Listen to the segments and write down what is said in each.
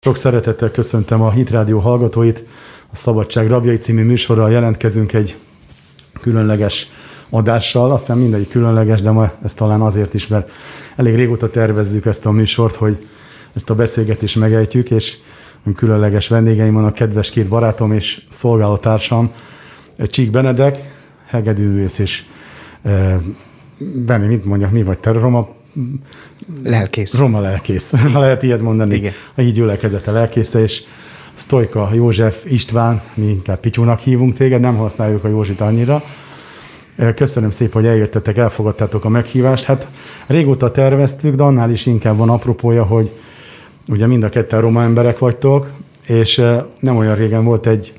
Sok szeretettel köszöntöm a Hit Rádió hallgatóit. A Szabadság rabjai című műsorral jelentkezünk egy különleges adással. Aztán mindegyik különleges, de ma ez talán azért is, mert elég régóta tervezzük ezt a műsort, hogy ezt a beszélgetést megejtjük, és különleges vendégeim van, a kedves két barátom és szolgálatársam, Csík Benedek, hegedűművész és Benni, mit mondjak, mi vagy te, Roma lelkész. Roma lelkész, ha lehet ilyet mondani. Igen. A Híd gyülekezete lelkésze, és Sztojka József István, mi inkább Pityúnak hívunk téged, nem használjuk a Józsit annyira. Köszönöm szépen, hogy eljöttetek, elfogadtátok a meghívást. Hát régóta terveztük, de annál is inkább van apropója, hogy ugye mind a ketten roma emberek vagytok, és nem olyan régen volt egy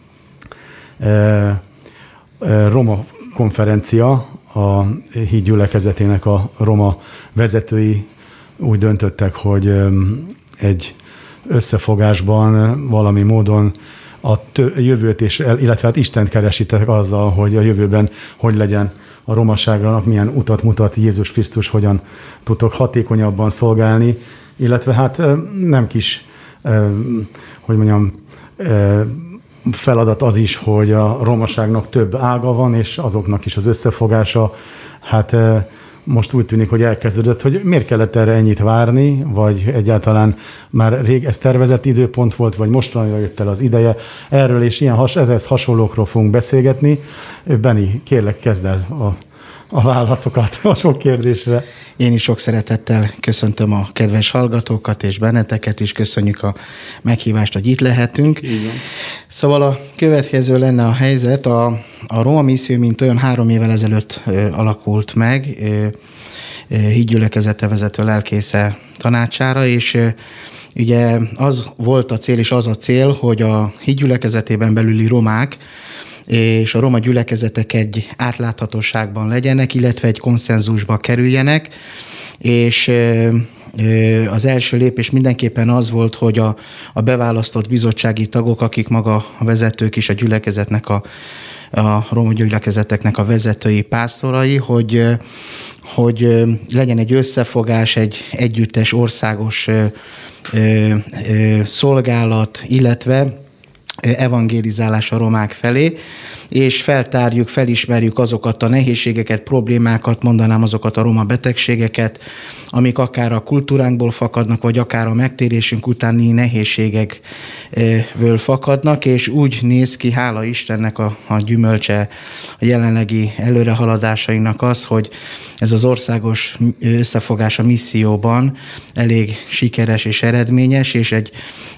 roma konferencia, a Híd gyülekezetének a roma vezetői úgy döntöttek, hogy egy összefogásban valami módon a jövőt és, illetve hát Istent keresitek azzal, hogy a jövőben hogy legyen a romaságnak, milyen utat mutat Jézus Krisztus, hogyan tudtok hatékonyabban szolgálni, illetve hát nem kis, hogy mondjam, feladat az is, hogy a romaságnak több ága van, és azoknak is az összefogása, hát most úgy tűnik, hogy elkezdődött, hogy miért kellett erre ennyit várni, vagy egyáltalán már rég ez tervezett időpont volt, vagy mostanra jött el az ideje. Erről és ehhez hasonlókról fogunk beszélgetni. Benni, kérlek, kezd el a válaszokat a sok kérdésre. Én is sok szeretettel köszöntöm a kedves hallgatókat, és benneteket is köszönjük a meghívást, hogy itt lehetünk. Igen. Szóval a következő lenne a helyzet, a Roma Misszió, mint olyan 3 évvel ezelőtt alakult meg, Híd gyülekezete vezető lelkésze tanácsára, és ugye az volt a cél, és az a cél, hogy a Híd gyülekezetében belüli romák és a roma gyülekezetek egy átláthatóságban legyenek, illetve egy konszenzusba kerüljenek, és az első lépés mindenképpen az volt, hogy a beválasztott bizottsági tagok, akik maga a vezetők is a gyülekezetnek, a roma gyülekezeteknek a vezetői, pásztorai, hogy legyen egy összefogás, egy együttes országos szolgálat, illetve evangélizálás a romák felé, és feltárjuk, felismerjük azokat a nehézségeket, problémákat, mondanám azokat a roma betegségeket, amik akár a kultúránkból fakadnak, vagy akár a megtérésünk utáni nehézségekből fakadnak, és úgy néz ki, hála Istennek a gyümölcse a jelenlegi előrehaladásainak az, hogy ez az országos összefogás a misszióban elég sikeres és eredményes, és egy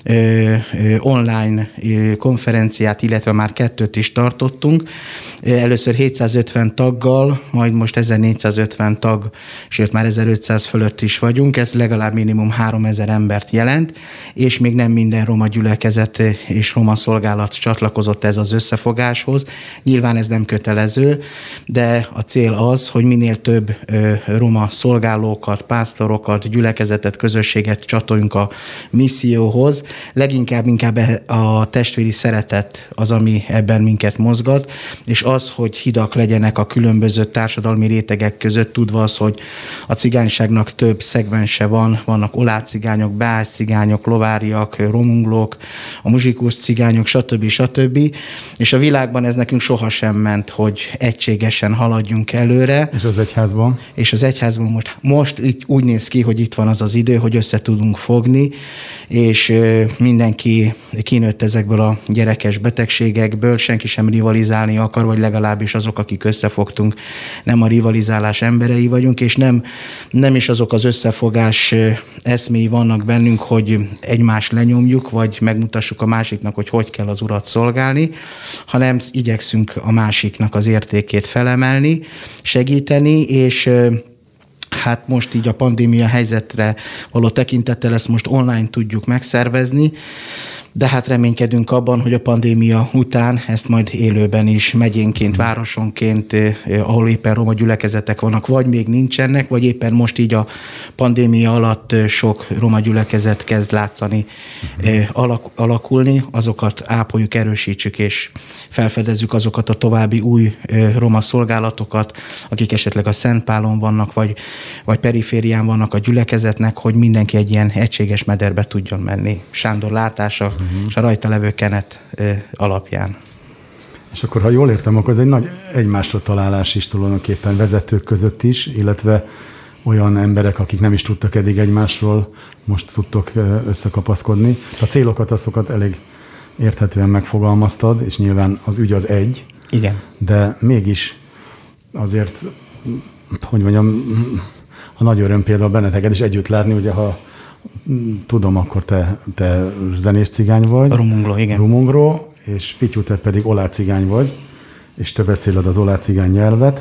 online konferenciát, illetve már 2 is tartottunk. Először 750 taggal, majd most 1450 tag, sőt már 1500 fölött is vagyunk. Ez legalább minimum 3000 embert jelent, és még nem minden roma gyülekezet és roma szolgálat csatlakozott ez az összefogáshoz. Nyilván ez nem kötelező, de a cél az, hogy minél több roma szolgálókat, pásztorokat, gyülekezetet, közösséget csatoljunk a misszióhoz. Leginkább a testvéri szeretet az, ami ebben minket mozgat, és az, hogy hidak legyenek a különböző társadalmi rétegek között, tudva az, hogy a cigányságnak több szegmense van, vannak olácigányok, beágycigányok, lováriak, romunglók, a muzsikus cigányok, stb. És a világban ez nekünk sohasem ment, hogy egységesen haladjunk előre. És az egyházban? És az egyházban most úgy néz ki, hogy itt van az az idő, hogy össze tudunk fogni, és mindenki kinőtt ezekből a gyerekes betegségekből, senki sem rivalizálni akar, vagy legalábbis azok, akik összefogtunk, nem a rivalizálás emberei vagyunk, és nem is azok az összefogás eszméi vannak bennünk, hogy egymást lenyomjuk, vagy megmutassuk a másiknak, hogy kell az Urat szolgálni, hanem igyekszünk a másiknak az értékét felemelni, segíteni, és hát most így a pandémia helyzetre való tekintettel ezt most online tudjuk megszervezni. de hát reménykedünk abban, hogy a pandémia után ezt majd élőben is megyénként, városonként, ahol éppen roma gyülekezetek vannak, vagy még nincsenek, vagy éppen most így a pandémia alatt sok roma gyülekezet kezd látszani alakulni, azokat ápoljuk, erősítsük és felfedezzük azokat a további új roma szolgálatokat, akik esetleg a Szentpálon vannak, vagy periférián vannak a gyülekezetnek, hogy mindenki egy ilyen egységes mederbe tudjon menni. Sándor látása és a rajta levő kenet alapján. És akkor, ha jól értem, akkor ez egy nagy egymásra találás is tulajdonképpen vezetők között is, illetve olyan emberek, akik nem is tudtak eddig egymásról, most tudtok összekapaszkodni. A célokat, azokat elég érthetően megfogalmaztad, és nyilván az ügy az egy. Igen. De mégis azért, hogy mondjam, a nagy öröm például benneteket is együtt látni, ugye ha tudom, akkor te zenés cigány vagy. Rumungró, igen. Rumungró, és Pityu, te pedig oláh cigány vagy, és te beszéled az oláh cigány nyelvet.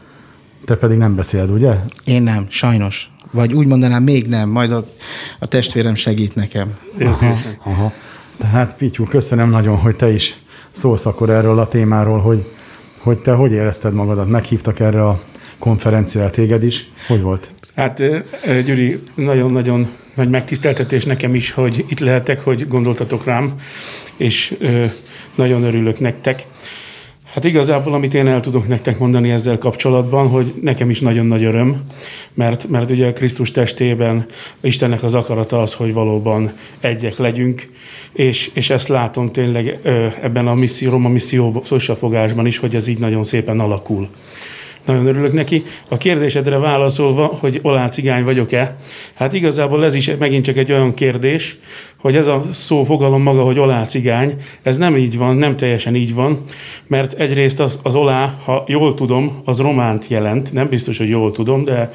Te pedig nem beszéled, ugye? Én nem, sajnos. Vagy úgy mondanám, még nem, majd a testvérem segít nekem. Aha. Tehát Pityu, köszönöm nagyon, hogy te is szólsz akkor erről a témáról, hogy te hogy érezted magadat? Meghívtak erre a konferenciára téged is? Hogy volt? Hát Gyuri, nagyon-nagyon nagy megtiszteltetés nekem is, hogy itt lehetek, hogy gondoltatok rám, és nagyon örülök nektek. Hát igazából, amit én el tudok nektek mondani ezzel kapcsolatban, hogy nekem is nagyon nagy öröm, mert ugye a Krisztus testében Istennek az akarata az, hogy valóban egyek legyünk, és ezt látom tényleg ebben a roma misszió összefogásban is, hogy ez így nagyon szépen alakul. Nagyon örülök neki. A kérdésedre válaszolva, hogy oláh cigány vagyok-e, hát igazából ez is megint csak egy olyan kérdés, hogy ez a szófogalom maga, hogy oláh cigány, ez nem így van, nem teljesen így van, mert egyrészt az oláh, ha jól tudom, az románt jelent, nem biztos, hogy jól tudom, de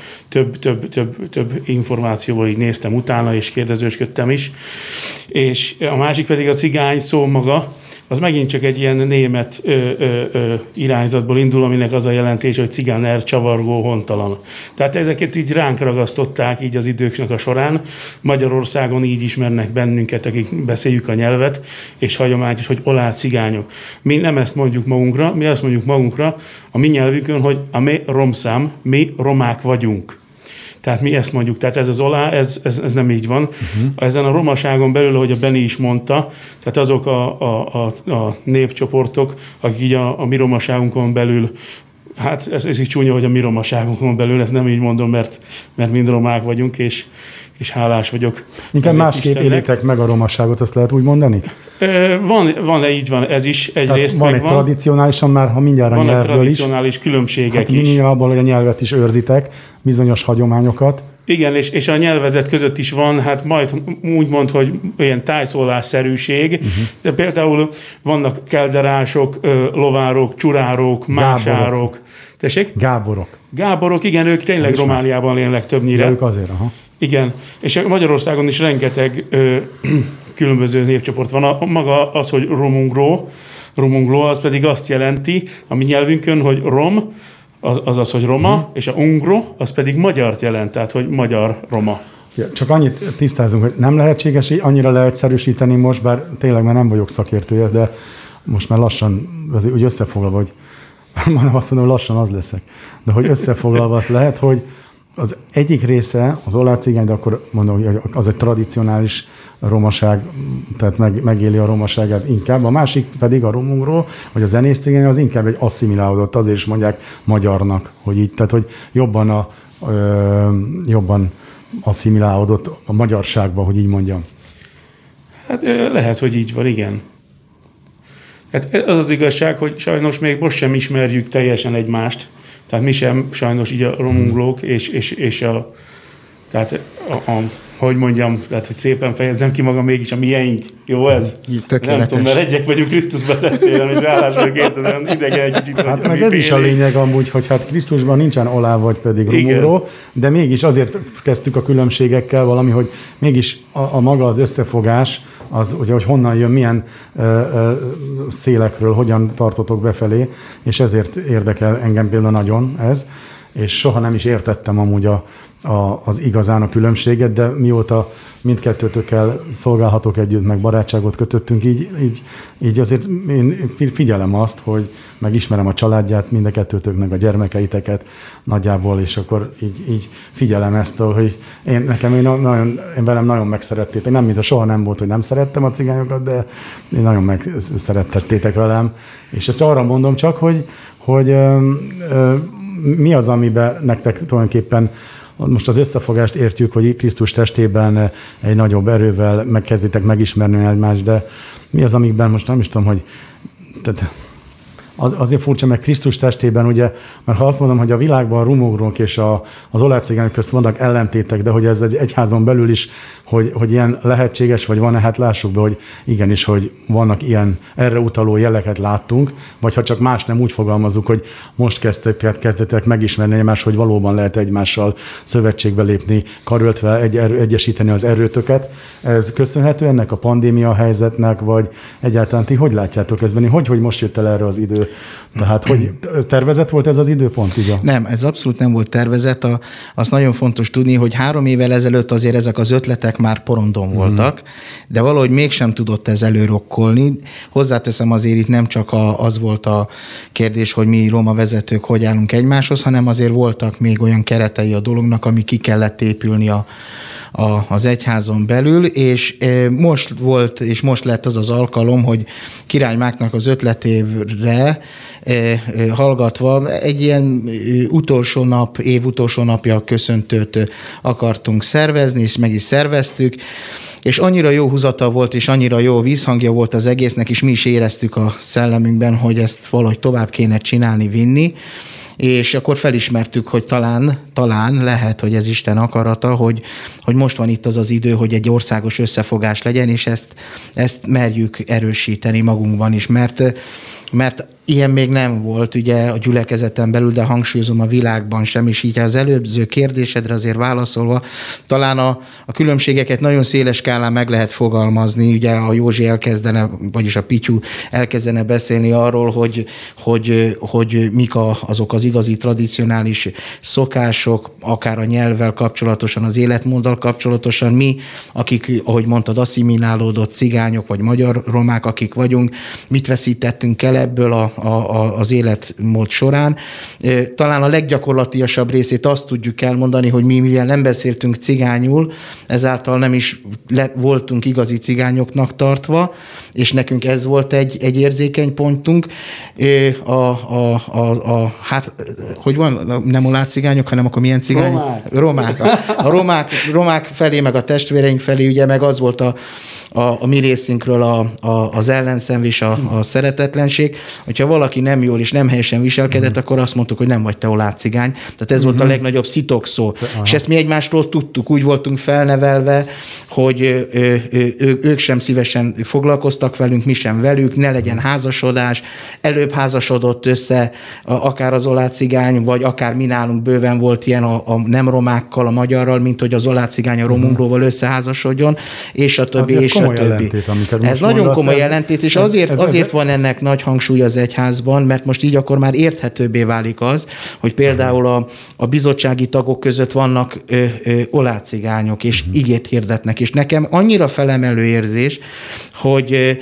több információval így néztem utána, és kérdezősködtem is. És a másik pedig a cigány szó maga, az megint csak egy ilyen német irányzatból indul, aminek az a jelentés, hogy cigáner, csavargó, hontalan. Tehát ezeket így ránk ragasztották így az időknek a során. Magyarországon így ismernek bennünket, akik beszéljük a nyelvet, és hagyományt is, hogy oláh cigányok. Mi nem ezt mondjuk magunkra, mi azt mondjuk magunkra a mi nyelvükön, hogy a mi romszám, mi romák vagyunk. Tehát mi ezt mondjuk, tehát ez az oláh, ez nem így van. Ezen a romaságon belül, ahogy a Beni is mondta, tehát azok a népcsoportok, akik így a mi romaságunkon belül, hát ez is csúnya, hogy a mi romaságunkon belül, ezt nem így mondom, mert mind romák vagyunk, és hálás vagyok. Inkább másképp élitek meg a romaságot, azt lehet úgy mondani? Így van, ez is egyrészt van egy tradicionálisan már, ha mindjárt a nyelvből is. Van egy tradicionális különbségek is. Mindjárt abból, hogy a nyelvet is őrzitek, bizonyos hagyományokat. Igen, és a nyelvezet között is van, hát majd úgy mond, hogy ilyen tájszólásszerűség. De például vannak kelderások, lovárok, csurárok, másárok. Tessék? Gáborok, igen, ők tényleg Romániában élnek többnyire. De ők azért, aha. Igen, és Magyarországon is rengeteg különböző népcsoport van. Maga az, hogy Rumungró, az pedig azt jelenti a mi nyelvünkön, hogy rom, az, hogy roma, és a ungro, az pedig magyart jelent, tehát, hogy magyar-roma. Ja, csak annyit tisztázunk, hogy nem lehetséges annyira leegyszerűsíteni most, bár tényleg már nem vagyok szakértője, de most már lassan, azért úgy összefoglalva, hogy már azt mondom, hogy lassan az leszek, de hogy összefoglalva azt lehet, hogy az egyik része az oláh cigány, de akkor mondom, hogy az egy tradicionális romaság, tehát megéli a romaságát inkább. A másik pedig a romungró, vagy a zenés cigány, az inkább egy asszimilálódott, azért is mondják magyarnak, hogy így, tehát hogy jobban asszimilálódott a magyarságba, hogy így mondjam. Hát lehet, hogy így van, igen. Hát az az igazság, hogy sajnos még most sem ismerjük teljesen egymást. Tehát mi sem sajnos így a romunglók, és hogy mondjam, tehát hogy szépen fejezzem ki magam, mégis a mieink. Jó ez? Tökéletes. Nem tudom, mert egyek vagyunk Krisztusban testvérem, és állás vagyok érteni, idegen egy kicsit. Hát meg ez is a lényeg amúgy, hogy hát Krisztusban nincsen oláh vagy pedig rumungró, de mégis azért kezdtük a különbségekkel valami, hogy mégis a maga az összefogás, az ugye, hogy honnan jön, milyen szélekről, hogyan tartotok befelé, és ezért érdekel engem például nagyon ez, és soha nem is értettem amúgy az igazán a különbséget, de mióta mindkettőtökkel szolgálhatok együtt, meg barátságot kötöttünk, így azért én figyelem azt, hogy megismerem a családját, mind a kettőtöknek a gyermekeiteket nagyjából, és akkor így figyelem ezt, hogy én velem nagyon megszerettétek. Nem, mintha soha nem volt, hogy nem szerettem a cigányokat, de én nagyon megszerettettétek velem. És ezt arra mondom csak, hogy mi az, amiben nektek tulajdonképpen most az összefogást értjük, hogy Krisztus testében egy nagyobb erővel megkezditek megismerni egymást, de mi az, amikben most nem is tudom, hogy azért furcsa, mert Krisztus testében, ugye, mert ha azt mondom, hogy a világban a rumogrók és az olajcigányok közt vannak ellentétek, de hogy ez egy egyházon belül is, hogy ilyen lehetséges, vagy van-e, hát lássuk be, hogy igenis, hogy vannak ilyen erre utaló jeleket láttunk, vagy ha csak más nem úgy fogalmazunk, hogy most kezdetek megismerni egymást, hogy valóban lehet egymással szövetségbe lépni, karöltve egyesíteni az erőtöket. Ez köszönhető ennek a pandémia helyzetnek, vagy egyáltalán ti hogy látjátok ezt benni? Hogy most jött el erre az idő? Tehát, hogy tervezett volt ez az időpont? Ugye? Nem, ez abszolút nem volt tervezett. Azt nagyon fontos tudni, hogy 3 évvel ezelőtt azért ezek az ötletek már porondon voltak, de valahogy mégsem tudott ez előrokkolni. Hozzáteszem, azért itt nem csak az volt a kérdés, hogy mi Roma vezetők hogy állunk egymáshoz, hanem azért voltak még olyan keretei a dolognak, ami ki kellett épülni az egyházon belül, és most volt, és most lett az alkalom, hogy Király Márknak az ötletévre hallgatva egy ilyen év utolsó napja köszöntőt akartunk szervezni, és meg is szerveztük, és annyira jó húzata volt, és annyira jó vízhangja volt az egésznek, és mi is éreztük a szellemünkben, hogy ezt valahogy tovább kéne csinálni, vinni, és akkor felismertük, hogy talán lehet, hogy ez Isten akarata, hogy most van itt az idő, hogy egy országos összefogás legyen, és ezt merjük erősíteni magunkban is, mert ilyen még nem volt ugye a gyülekezeten belül, de hangsúlyozom a világban sem, és így az előző kérdésedre azért válaszolva, talán a különbségeket nagyon széles skálán meg lehet fogalmazni, ugye a Józsi elkezdene, vagyis a Pityu elkezdene beszélni arról, hogy mik azok az igazi tradicionális szokások, akár a nyelvvel kapcsolatosan, az életmóddal kapcsolatosan, mi, akik, ahogy mondtad, asszimilálódott cigányok, vagy magyar romák, akik vagyunk, mit veszítettünk el ebből az életmód során. Talán a leggyakorlatiasabb részét azt tudjuk elmondani, hogy mi, mivel nem beszéltünk cigányul, ezáltal nem is voltunk igazi cigányoknak tartva, és nekünk ez volt egy érzékeny pontunk. Hát, hogy van, nem olácigányok, hanem akkor milyen cigányok? Romák. A romák felé, meg a testvéreink felé, ugye meg az volt a mi részünkről az ellenszenvés, a szeretetlenség. Hogyha valaki nem jól és nem helyesen viselkedett, akkor azt mondtuk, hogy nem vagy te olácigány. Tehát ez volt a legnagyobb szitokszó. És ezt mi egymástól tudtuk, úgy voltunk felnevelve, hogy ők sem szívesen foglalkoztak velünk, mi sem velük, ne legyen házasodás. Előbb házasodott össze akár az olácigány, vagy akár mi nálunk bőven volt ilyen a nem romákkal, a magyarral, mint hogy az olácigány a romunkról összeházasodjon, és a többi, és a többi. Ez nagyon komoly jelentét, és azért van ennek nagy hangsúly az egyházban, mert most így akkor már érthetőbbé válik az, hogy például a bizottsági tagok között vannak olácigányok, és igét hirdetnek, és nekem annyira felemelő érzés, hogy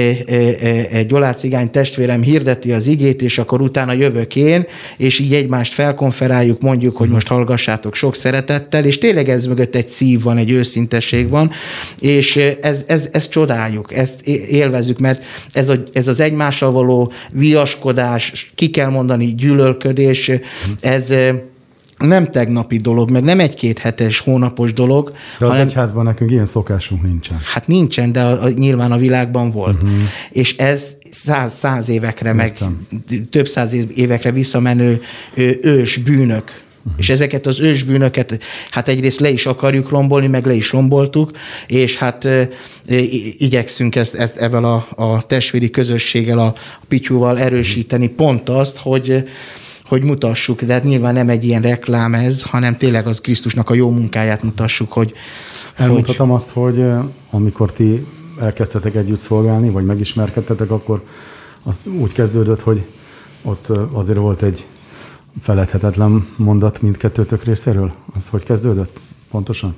egy olácigány testvérem hirdeti az igét, és akkor utána jövök én, és így egymást felkonferáljuk, mondjuk, hogy most hallgassátok sok szeretettel, és tényleg ez mögött egy szív van, egy őszintesség van, és ezt csodáljuk, ezt élvezzük, mert ez az egymással való viaskodás, ki kell mondani, gyűlölködés, ez nem tegnapi dolog, meg nem 1-2 hetes, hónapos dolog. De az egyházban nekünk ilyen szokásunk nincsen. Hát nincsen, de nyilván a világban volt. És ez 100 évekre, meg több 100 évekre visszamenő ős bűnök. És ezeket az ősbűnöket, hát egyrészt le is akarjuk rombolni, meg le is romboltuk, és hát igyekszünk ezt ezzel a testvéri közösséggel, a Pityúval erősíteni pont azt, hogy mutassuk, de hát nyilván nem egy ilyen reklám ez, hanem tényleg az Krisztusnak a jó munkáját mutassuk, hogy... Elmondhatom azt, hogy amikor ti elkezdtetek együtt szolgálni, vagy megismerkedtetek, akkor azt úgy kezdődött, hogy ott azért volt egy feledhetetlen mondat mindkettőtök részéről? Az hogy kezdődött? Pontosan?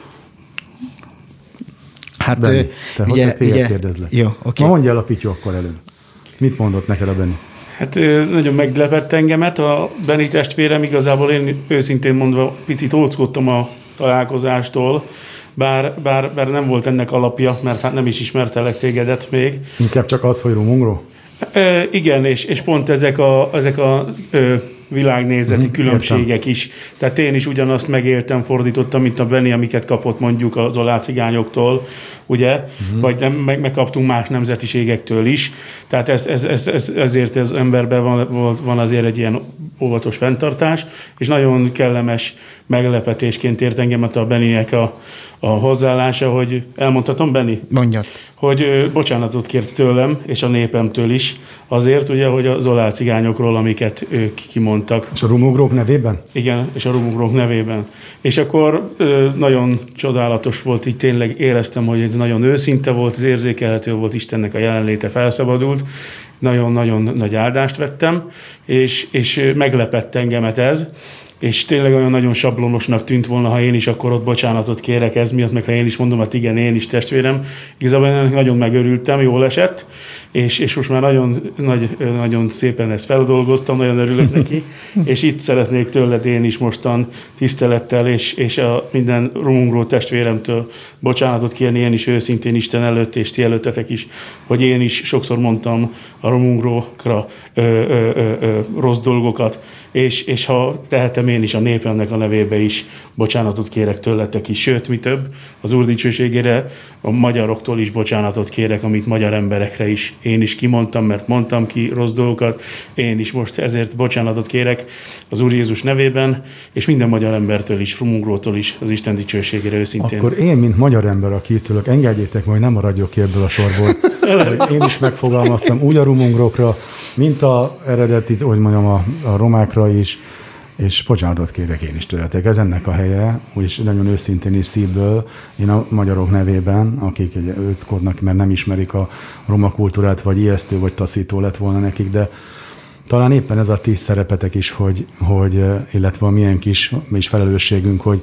Hát Benni, te ugye kérdezlek. Jó, oké. Na mondja el a Pityu akkor előbb. Mit mondott neked a Benni? Hát nagyon meglepett engemet a Benni testvérem, igazából én őszintén mondva picit óckodtam a találkozástól, bár nem volt ennek alapja, mert hát nem is ismertelek tégedet még. Inkább csak az, hogy Romungró? Igen, és pont ezek a világnézeti különbségek is. Tehát én is ugyanazt megéltem, fordítottam, mint a Benni, amiket kapott mondjuk az olá cigányoktól, ugye? Vagy megkaptunk más nemzetiségektől is. Tehát ezért az emberben van azért egy ilyen óvatos fenntartás, és nagyon kellemes meglepetésként ért engemet a Benninek a hozzáállása, hogy elmondhatom, Benni? Mondjad. Hogy bocsánatot kért tőlem, és a népemtől is, azért ugye, hogy az olá cigányokról, amiket ők kimondtak. És a rumugrók nevében? Igen, és a rumugrók nevében. És akkor nagyon csodálatos volt, így tényleg éreztem, hogy ez nagyon őszinte volt, az érzékelhető volt, Istennek a jelenléte felszabadult, nagyon-nagyon nagy áldást vettem, és meglepett engemet ez, és tényleg olyan nagyon sablonosnak tűnt volna, ha én is akkor ott bocsánatot kérek ez miatt, meg ha én is mondom, hát igen, én is testvérem. Igazából ennek nagyon megörültem, jól esett, és most már nagyon szépen ezt feldolgoztam, nagyon örülök neki, és itt szeretnék tőled én is mostan tisztelettel, és a minden romungró testvéremtől bocsánatot kérni, én is őszintén Isten előtt, és ti előttetek is, hogy én is sokszor mondtam a romungrókra rossz dolgokat, és ha tehetem én is a népemnek a nevébe is bocsánatot kérek tőletek is, sőt, mi több, az Úr dicsőségére a magyaroktól is bocsánatot kérek, amit magyar emberekre is én is kimondtam, mert mondtam ki rossz dolgokat, én is most ezért bocsánatot kérek az Úr Jézus nevében, és minden magyar embertől is, rumungrótól is az Isten dicsőségére őszintén. Akkor én, mint magyar ember, aki itt ülök, engedjétek meg, hogy nem maradjak ki ebből a sorból, hogy én is megfogalmaztam úgy a rumungrókra, mint a eredeti, hogy mondjam, a romákra is, és bocsánatot kérek én is tőletek. Ez ennek a helye, úgyis nagyon őszintén és szívből, én a magyarok nevében, akik őszkodnak, mert nem ismerik a roma kultúrát, vagy ijesztő, vagy taszító lett volna nekik, de talán éppen ez a ti szerepetek is, hogy illetve a milyen kis és felelősségünk, hogy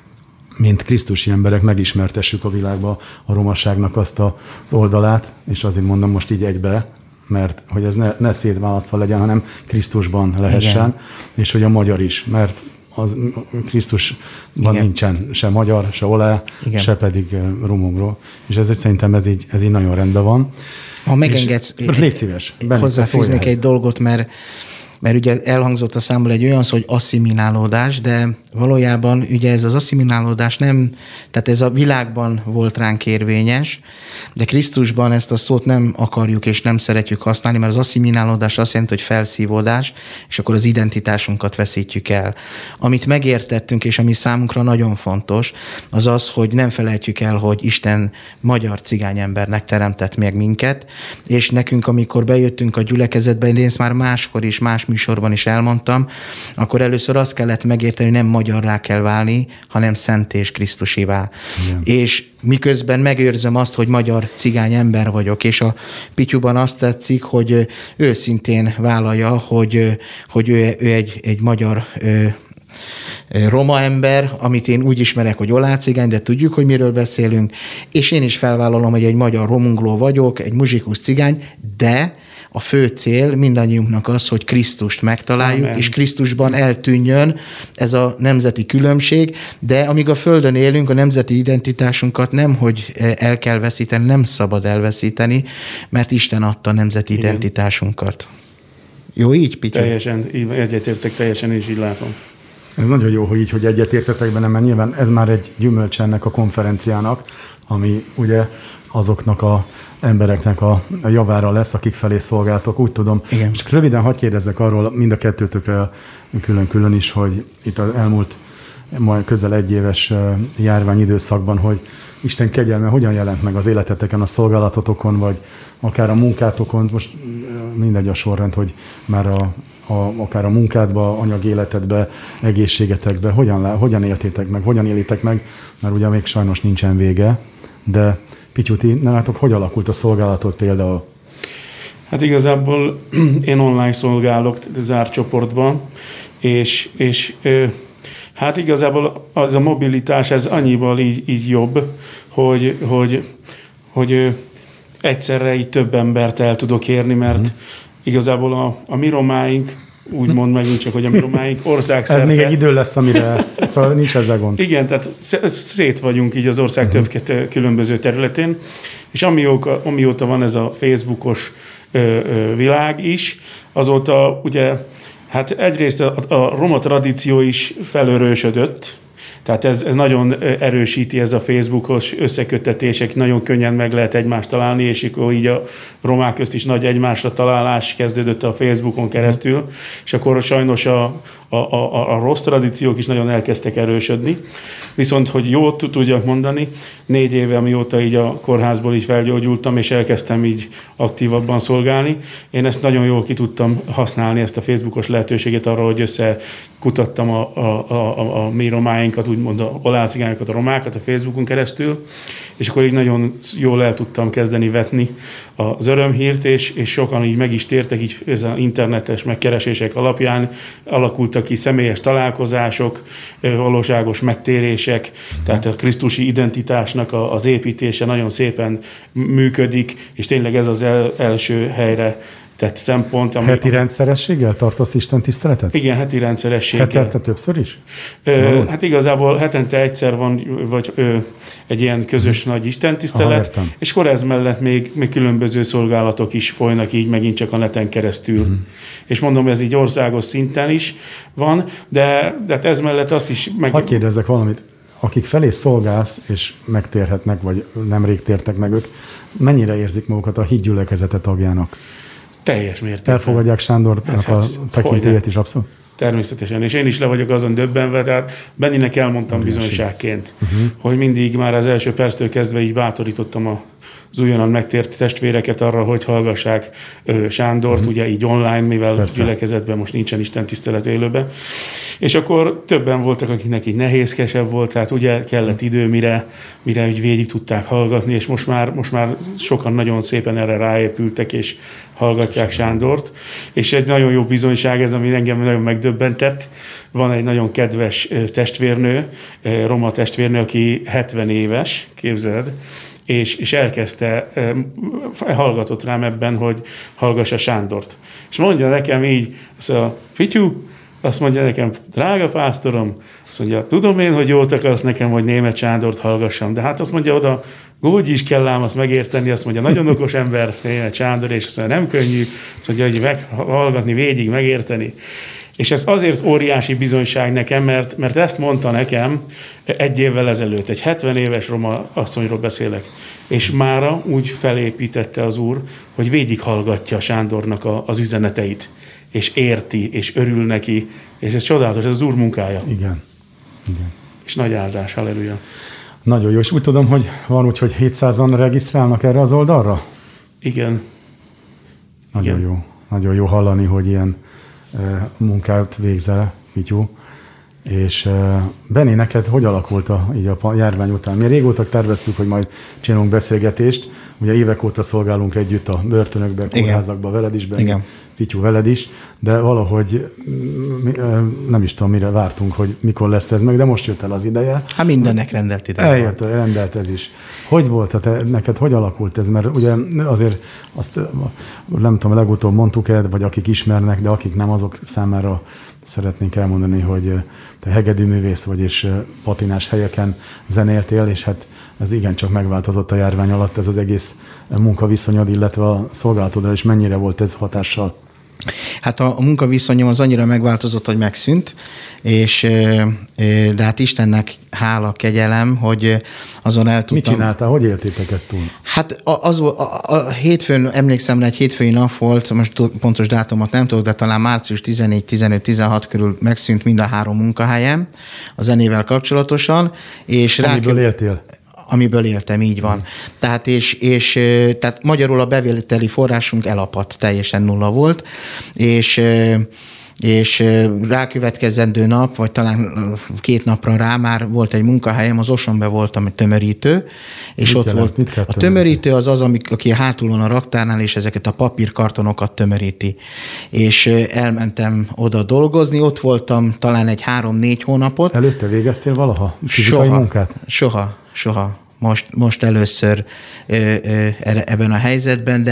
mint krisztusi emberek megismertessük a világba a romaságnak azt az oldalát, és azért mondom most így egybe, mert hogy ez ne szétválasztva legyen, hanem Krisztusban lehessen, igen. És hogy a magyar is, mert az Krisztusban nincsen se magyar, se olá, igen. Se pedig romungró. És ezért szerintem ez így nagyon rendben van. Ha megengedsz, légy szíves. Hozzáfűznék egy dolgot, mert ugye elhangzott a számból egy olyan szó, hogy asszimilálódás, de valójában ugye ez az asszimilálódás nem, tehát ez a világban volt ránk érvényes, de Krisztusban ezt a szót nem akarjuk és nem szeretjük használni, mert az asszimilálódás azt jelenti, hogy felszívódás, és akkor az identitásunkat veszítjük el. Amit megértettünk, és ami számunkra nagyon fontos, az az, hogy nem felejtjük el, hogy Isten magyar cigány embernek teremtett meg minket, és nekünk, amikor bejöttünk a gyülekezetbe, én ezt már máskor is, más műsorban is elmondtam, akkor először azt kellett megérteni, hogy nem magyarrá kell válni, hanem szent és krisztusivá. Igen. És miközben megőrzöm azt, hogy magyar cigány ember vagyok, és a Pityuban azt tetszik, hogy őszintén vállalja, hogy ő egy magyar roma ember, amit én úgy ismerek, hogy olá cigány, de tudjuk, hogy miről beszélünk, és én is felvállalom, hogy egy magyar romungló vagyok, egy muzsikus cigány, de a fő cél mindannyiunknak az, hogy Krisztust megtaláljuk, amen. És Krisztusban eltűnjön ez a nemzeti különbség, de amíg a Földön élünk, a nemzeti identitásunkat nem, hogy el kell veszíteni, nem szabad elveszíteni, mert Isten adta a nemzeti igen. identitásunkat. Jó így, Pityu? Teljesen, egyetértek, teljesen is így látom. Ez nagyon jó, hogy így, hogy egyetértetek benne, mert nyilván ez már egy gyümölcs ennek a konferenciának, ami ugye azoknak a embereknek a javára lesz, akik felé szolgáltok, úgy tudom. Igen. És röviden hadd kérdezzek arról mind a kettőtökre külön-külön is, hogy itt az elmúlt majd közel egy éves járványidőszakban, hogy Isten kegyelme hogyan jelent meg az életeteken, a szolgálatotokon, vagy akár a munkátokon, most mindegy a sorrend, hogy már akár a munkádba, anyagi életedbe, egészségetekbe, hogyan éltétek meg, hogyan élitek meg, mert ugye még sajnos nincsen vége, de Pityu, ti nálatok hogy alakult a szolgálatot például? Hát igazából én online szolgálok zárt csoportban, és hát igazából az a mobilitás, ez annyival így jobb, hogy egyszerre így több embert el tudok érni, mert igazából a mi romáink, úgymond megint csak, hogy a mi romáink országszerte... Ez még egy idő lesz, amire ezt, szóval nincs ezzel gond. Igen, tehát szét vagyunk így az ország több különböző területén, és amióta van ez a Facebookos világ is, azóta ugye, hát egyrészt a roma tradíció is felörősödött, tehát ez nagyon erősíti ez a Facebookos összeköttetések, nagyon könnyen meg lehet egymást találni, és akkor így a romák közt is nagy egymásra találás kezdődött a Facebookon keresztül, és akkor sajnos a rossz tradíciók is nagyon elkezdtek erősödni. Viszont, hogy jót tudjak mondani, 4 éve, amióta így a kórházból így felgyógyultam, és elkezdtem így aktívabban szolgálni, én ezt nagyon jól ki tudtam használni, ezt a Facebookos lehetőséget arra, hogy összekutattam a mi romáinkat, úgymond a halálcigányokat, a romákat a Facebookon keresztül, és akkor így nagyon jól el tudtam kezdeni vetni az örömhírt, és sokan így meg is tértek, így ez az internetes megkeresések alapján alakultak ki személyes találkozások, valóságos megtérések, tehát a krisztusi identitásnak az építése nagyon szépen működik, és tényleg ez az első helyre tett szempont. Heti rendszerességgel tartasz Isten tiszteletet? Igen, heti rendszerességgel. Hetente többször is? Hát igazából hetente egyszer van, vagy egy ilyen közös nagy istentisztelet, és akkor ez mellett még különböző szolgálatok is folynak így megint csak a neten keresztül. És mondom, ez így országos szinten is van, de ez mellett azt is... Hadd kérdezzek valamit. Akik felé szolgálsz, és megtérhetnek, vagy nemrég tértek meg ők, mennyire érzik magukat a hídgyülekezete tagjának? Teljes mértékben. Elfogadják Sándornak a tekintélyét is abszolút? Természetesen, és én is le vagyok azon döbbenve, tehát Benninek elmondtam bizonyságként, hogy mindig már az első perctől kezdve így bátorítottam az újonnan megtért testvéreket arra, hogy hallgassák Sándort, ugye így online, mivel gyülekezetben most nincsen Isten tisztelet élőben. És akkor többen voltak, akiknek így nehézkesebb volt, tehát ugye kellett idő, mire úgy végig tudták hallgatni, és most már sokan nagyon szépen erre ráépültek, és hallgatják Sándort. És egy nagyon jó bizonyság ez, ami engem nagyon megdöbbentett. Van egy nagyon kedves testvérnő, roma testvérnő, aki 70 éves, képzeld, és elkezdte, hallgatott rám ebben, hogy hallgassa Sándort. És mondja nekem így, fityú, azt mondja nekem, drága pásztorom, azt mondja, tudom én, hogy jót akarsz nekem, hogy német Sándort hallgassam, de hát azt mondja oda, úgy is kell ám azt megérteni, azt mondja, nagyon okos ember német Sándor, és azt mondja, nem könnyű, azt mondja, hogy meghallgatni, végig megérteni. És ez azért óriási bizonyság nekem, mert ezt mondta nekem 1 évvel ezelőtt, egy 70 éves roma asszonyról beszélek, és mára úgy felépítette az Úr, hogy végighallgatja Sándornak az üzeneteit, és érti, és örül neki, és ez csodálatos, ez az Úr munkája. Igen. És nagy áldás, halleluja. Nagyon jó, és úgy tudom, hogy van úgy, hogy 700-an regisztrálnak erre az oldalra? Igen. Nagyon jó. Nagyon jó hallani, hogy ilyen munkát végzel, Pityu. És Benni, neked hogy alakult így a járvány után? Mi régóta terveztük, hogy majd csinálunk beszélgetést. Ugye évek óta szolgálunk együtt a börtönökben, kórházakban, veled is, Benni, Pityu, veled is, de valahogy nem is tudom, mire vártunk, hogy mikor lesz ez meg, de most jött el az ideje. Hát mindennek rendelt ideje. Eljött, rendelt ez is. Hogy volt, neked hogy alakult ez? Mert ugye azért azt nem tudom, legutóbb mondtuk-e, vagy akik ismernek, de akik nem, azok számára szeretnénk elmondani, hogy te hegedűművész vagy, és patinás helyeken zenéltél, és hát ez igencsak megváltozott a járvány alatt, ez az egész munkaviszonyod, illetve a szolgálatodra, és mennyire volt ez hatással? Hát a munkaviszonyom az annyira megváltozott, hogy megszűnt, de hát Istennek hála, kegyelem, hogy azon el tudtam... Mit csináltál? Hogy éltétek ezt túl? Hát a hétfőn, emlékszem rá, egy hétfői nap volt, most pontos dátumot nem tudok, de talán március 14, 15, 16 körül megszűnt mind a 3 munkahelyem a zenével kapcsolatosan. És amiből éltél? Amiből éltem, így van. Tehát, tehát magyarul a bevételi forrásunk elapadt, teljesen nulla volt, és és rákövetkezendő nap, vagy talán 2 napra rá már volt egy munkahelyem, az Osonbe voltam tömörítő, és ott volt a tömörítő az, aki hátul van a raktárnál, és ezeket a papírkartonokat tömöríti. És elmentem oda dolgozni, ott voltam talán egy 3-4 hónapot. Előtte végeztél valaha fizikai munkát? Soha. Most először ebben a helyzetben,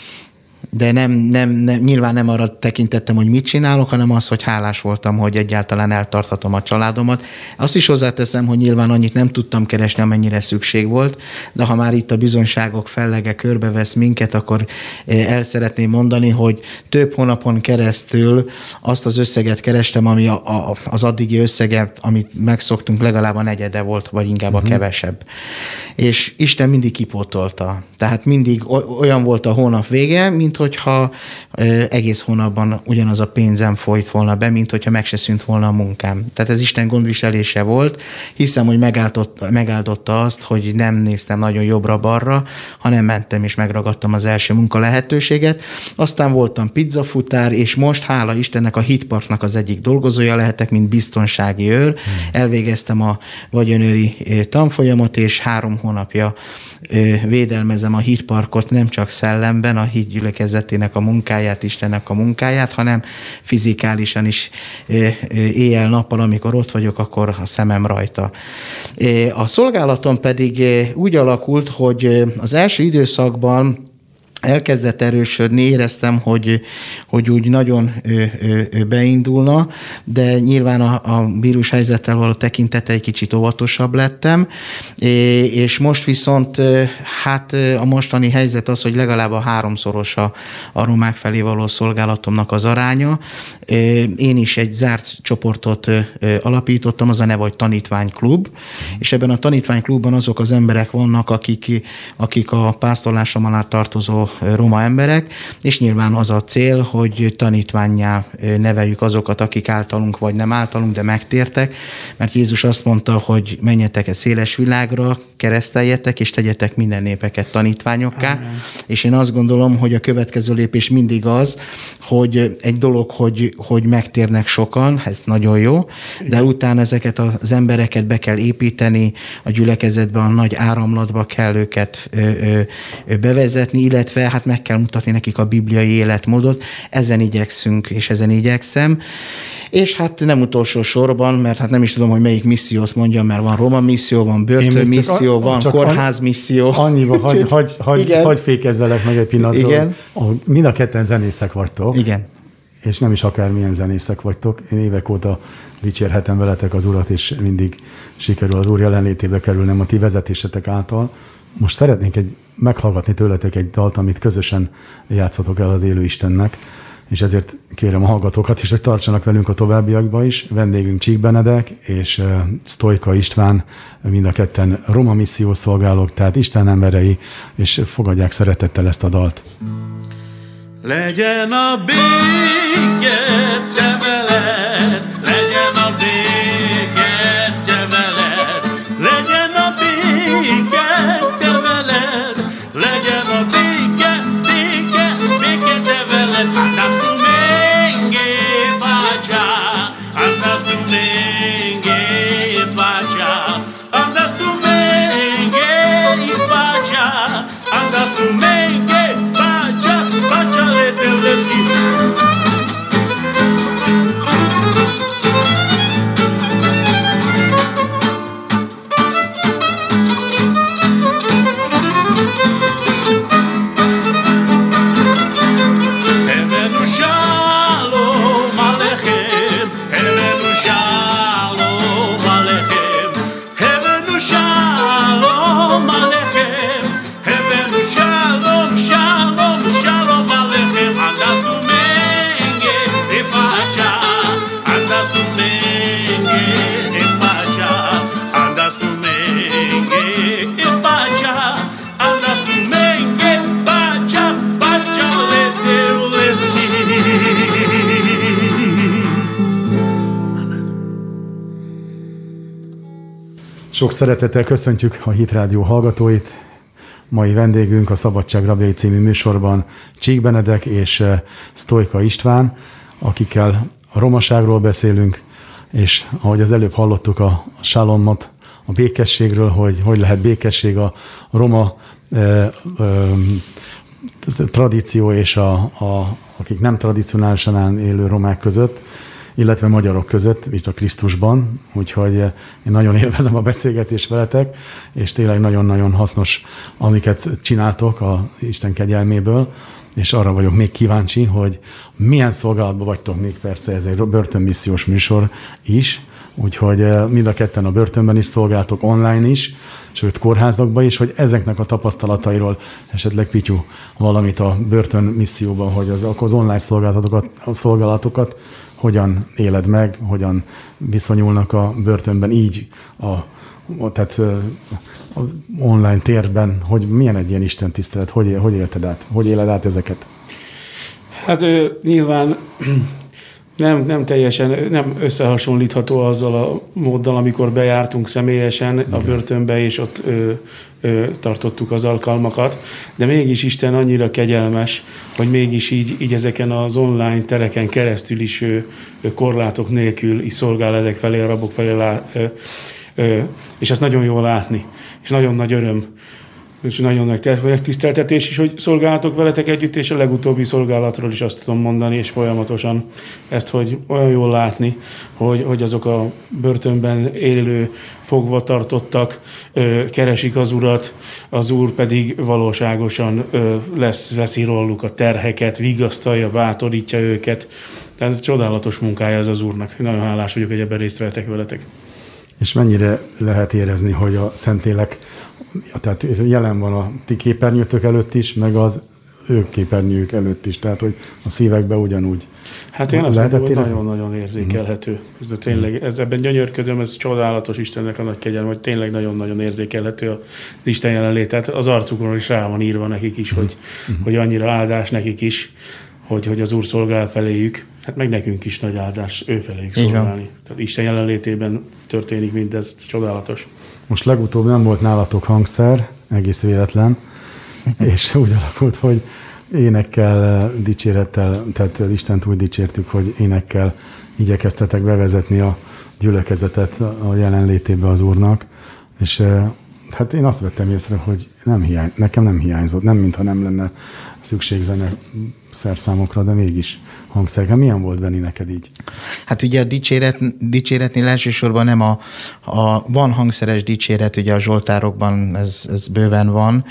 de nem, nyilván nem arra tekintettem, hogy mit csinálok, hanem az, hogy hálás voltam, hogy egyáltalán eltarthatom a családomat. Azt is hozzáteszem, hogy nyilván annyit nem tudtam keresni, amennyire szükség volt, de ha már itt a bizonyságok fellege körbevesz minket, akkor el szeretném mondani, hogy több hónapon keresztül azt az összeget kerestem, ami az addigi összeget, amit megszoktunk, legalább a negyede volt, vagy inkább a kevesebb. És Isten mindig kipótolta. Tehát mindig olyan volt a hónap vége, mint hogyha egész hónapban ugyanaz a pénzem folyt volna be, mint hogyha meg se szűnt volna a munkám. Tehát ez Isten gondviselése volt. Hiszem, hogy megáldotta azt, hogy nem néztem nagyon jobbra-balra, hanem mentem és megragadtam az első munka lehetőséget. Aztán voltam pizzafutár, és most hála Istennek a Hitparknak az egyik dolgozója lehetek, mint biztonsági őr. Elvégeztem a vagyonőri tanfolyamot, és 3 hónapja védelmezem a Hitparkot, nem csak szellemben, a hit gyülekezetének a munkáját, Istennek a munkáját, hanem fizikálisan is éjjel-nappal, amikor ott vagyok, akkor a szemem rajta. A szolgálatom pedig úgy alakult, hogy az első időszakban elkezdett erősödni, éreztem, hogy úgy nagyon beindulna, de nyilván a vírushelyzettel való tekintete egy kicsit óvatosabb lettem, és most viszont hát a mostani helyzet az, hogy legalább a 3-szoros a romák felé való szolgálatomnak az aránya. Én is egy zárt csoportot alapítottam, az a neve, hogy Tanítványklub, és ebben a Tanítványklubban azok az emberek vannak, akik a pásztorlásom alá tartozó roma emberek, és nyilván az a cél, hogy tanítvánnyá neveljük azokat, akik általunk vagy nem általunk, de megtértek, mert Jézus azt mondta, hogy menjetek széles világra, kereszteljetek, és tegyetek minden népeket tanítványokká, amen. És én azt gondolom, hogy a következő lépés mindig az, hogy egy dolog, hogy megtérnek sokan, ez nagyon jó, de utána ezeket az embereket be kell építeni, a gyülekezetbe, a nagy áramlatba kell őket bevezetni, illetve hát meg kell mutatni nekik a bibliai életmódot. Ezen igyekszünk, és ezen igyekszem. És hát nem utolsó sorban, mert hát nem is tudom, hogy melyik missziót mondjam, mert van roma misszió, van börtönmisszió, van kórházmisszió. Annyiba, hagy fékezzelek meg egy pillanatról. Igen. Mind a ketten zenészek vagytok. Igen. És nem is akármilyen zenészek vagytok. Én évek óta dicsérhetem veletek az Urat, és mindig sikerül az Úr jelenlétébe kerülnem a ti vezetésetek által. Most szeretnénk meghallgatni tőletek egy dalt, amit közösen játszotok el az élő Istennek, és ezért kérem a hallgatókat is, hogy tartsanak velünk a továbbiakban is. Vendégünk Csík Benedek és Sztojka István, mind a ketten roma missziószolgálók, tehát Isten emberei, és fogadják szeretettel ezt a dalt. Legyen a béke te veled, legyen a béke te veled, legyen a béke te veled, legyen a béke, béke, béke te veled. Andas tu menge baja, andas tu menge baja, andas tu menge baja, andas tu menge baja, baja le teu desquit. Sok szeretettel köszöntjük a Hit Rádió hallgatóit. Mai vendégünk a Szabadság Rabjai című műsorban Csík Benedek és Sztojka István, akikkel a romaságról beszélünk, és ahogy az előbb hallottuk a shalomot, a békességről, hogy lehet békesség a roma tradíció és akik nem tradicionálisan élő romák között, illetve magyarok között, itt a Krisztusban. Úgyhogy én nagyon élvezem a beszélgetést veletek, és tényleg nagyon-nagyon hasznos, amiket csináltok a Isten kegyelméből, és arra vagyok még kíváncsi, hogy milyen szolgálatban vagytok még, persze ez egy börtönmissziós műsor is, úgyhogy mind a ketten a börtönben is szolgáltok, online is, sőt kórházakban is, hogy ezeknek a tapasztalatairól esetleg Pityu valamit a börtönmisszióban, hogy az online szolgálatokat hogyan éled meg, hogyan viszonyulnak a börtönben így tehát az online térben, hogy milyen egy ilyen Isten tisztelet, hogy élted át, hogy éled át ezeket? Hát nyilván nem teljesen, nem összehasonlítható azzal a móddal, amikor bejártunk személyesen a börtönbe, és ott tartottuk az alkalmakat, de mégis Isten annyira kegyelmes, hogy mégis így ezeken az online tereken keresztül is korlátok nélkül is szolgál ezek felé, a rabok felé, és ezt nagyon jól látni, és nagyon nagy öröm, és nagyon nagy tiszteltetés is, hogy szolgálhatok veletek együtt, és a legutóbbi szolgálatról is azt tudom mondani, és folyamatosan ezt, hogy olyan jól látni, hogy azok a börtönben élő, fogva tartottak, keresik az Urat, az Úr pedig valóságosan veszi róluk a terheket, vigasztalja, bátorítja őket. Tehát csodálatos munkája ez az Úrnak. Nagyon hálás vagyok, hogy ebben részt vettek veletek. És mennyire lehet érezni, hogy a Szentlélek tehát jelen van a ti képernyőtök előtt is, meg az ő képernyők előtt is, tehát hogy a szívekben ugyanúgy. Hát én azt mondom, hogy nagyon-nagyon érzékelhető. De tényleg ebben gyönyörködöm, ez csodálatos Istennek a nagy kegyelme, hogy tényleg nagyon-nagyon érzékelhető az Isten jelenlét. Tehát az arcukról is rá van írva nekik is, hogy annyira áldás nekik is, hogy az Úr szolgál feléjük. Hát meg nekünk is nagy áldás ő feléjük szolgálni. Tehát Isten jelenlétében történik mindez, csodálatos. Most legutóbb nem volt nálatok hangszer, egész véletlen, és úgy alakult, hogy énekkel, dicsérettel, tehát Istent úgy dicsértük, hogy énekkel igyekeztetek bevezetni a gyülekezetet a jelenlétébe az Úrnak, és hát én azt vettem észre, hogy nekem nem hiányzott, nem mintha nem lenne szükség zene szerszámokra, de mégis hangszerekkel. Milyen volt, Benni, neked így? Hát ugye a dicséretnél elsősorban nem van hangszeres dicséret, ugye a zsoltárokban ez bőven van,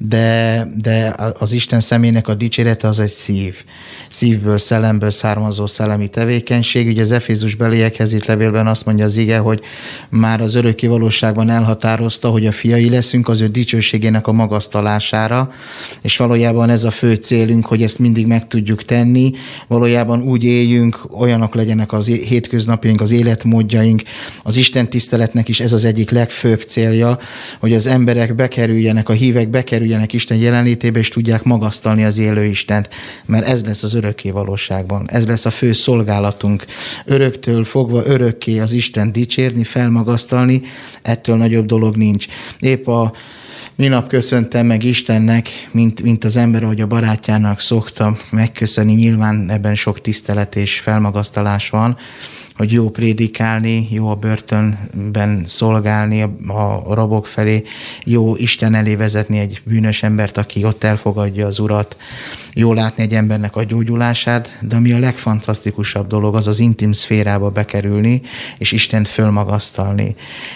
de az Isten személynek a dicsérete az egy szívből, szellemből származó szellemi tevékenység. Ugye az Efézusbeliekhez írt levélben azt mondja az ige, hogy már az örökké valóságban elhatározta, hogy a fiai leszünk az ő dicsőségének a magasztalására, és valójában ez a fő célunk, hogy ezt mindig meg tudjuk tenni, valójában úgy éljünk, olyanok legyenek az hétköznapjaink, az életmódjaink, az Isten tiszteletnek is ez az egyik legfőbb célja, hogy az emberek bekerüljenek, a hívek bekerüljenek Isten jelenlétébe, és tudják magasztalni az élő Istent, mert ez lesz az örökké valóságban, ez lesz a fő szolgálatunk. Öröktől fogva örökké az Isten dicsérni, felmagasztalni, ettől nagyobb dolog nincs. Épp minap köszöntem meg Istennek, mint az ember, ahogy a barátjának szokta megköszönni, nyilván ebben sok tisztelet és felmagasztalás van, hogy jó prédikálni, jó a börtönben szolgálni a rabok felé, jó Isten elé vezetni egy bűnös embert, aki ott elfogadja az Urat, jó látni egy embernek a gyógyulását, de ami a legfantasztikusabb dolog, az az intim szférába bekerülni, és Istent fölmagasztalni.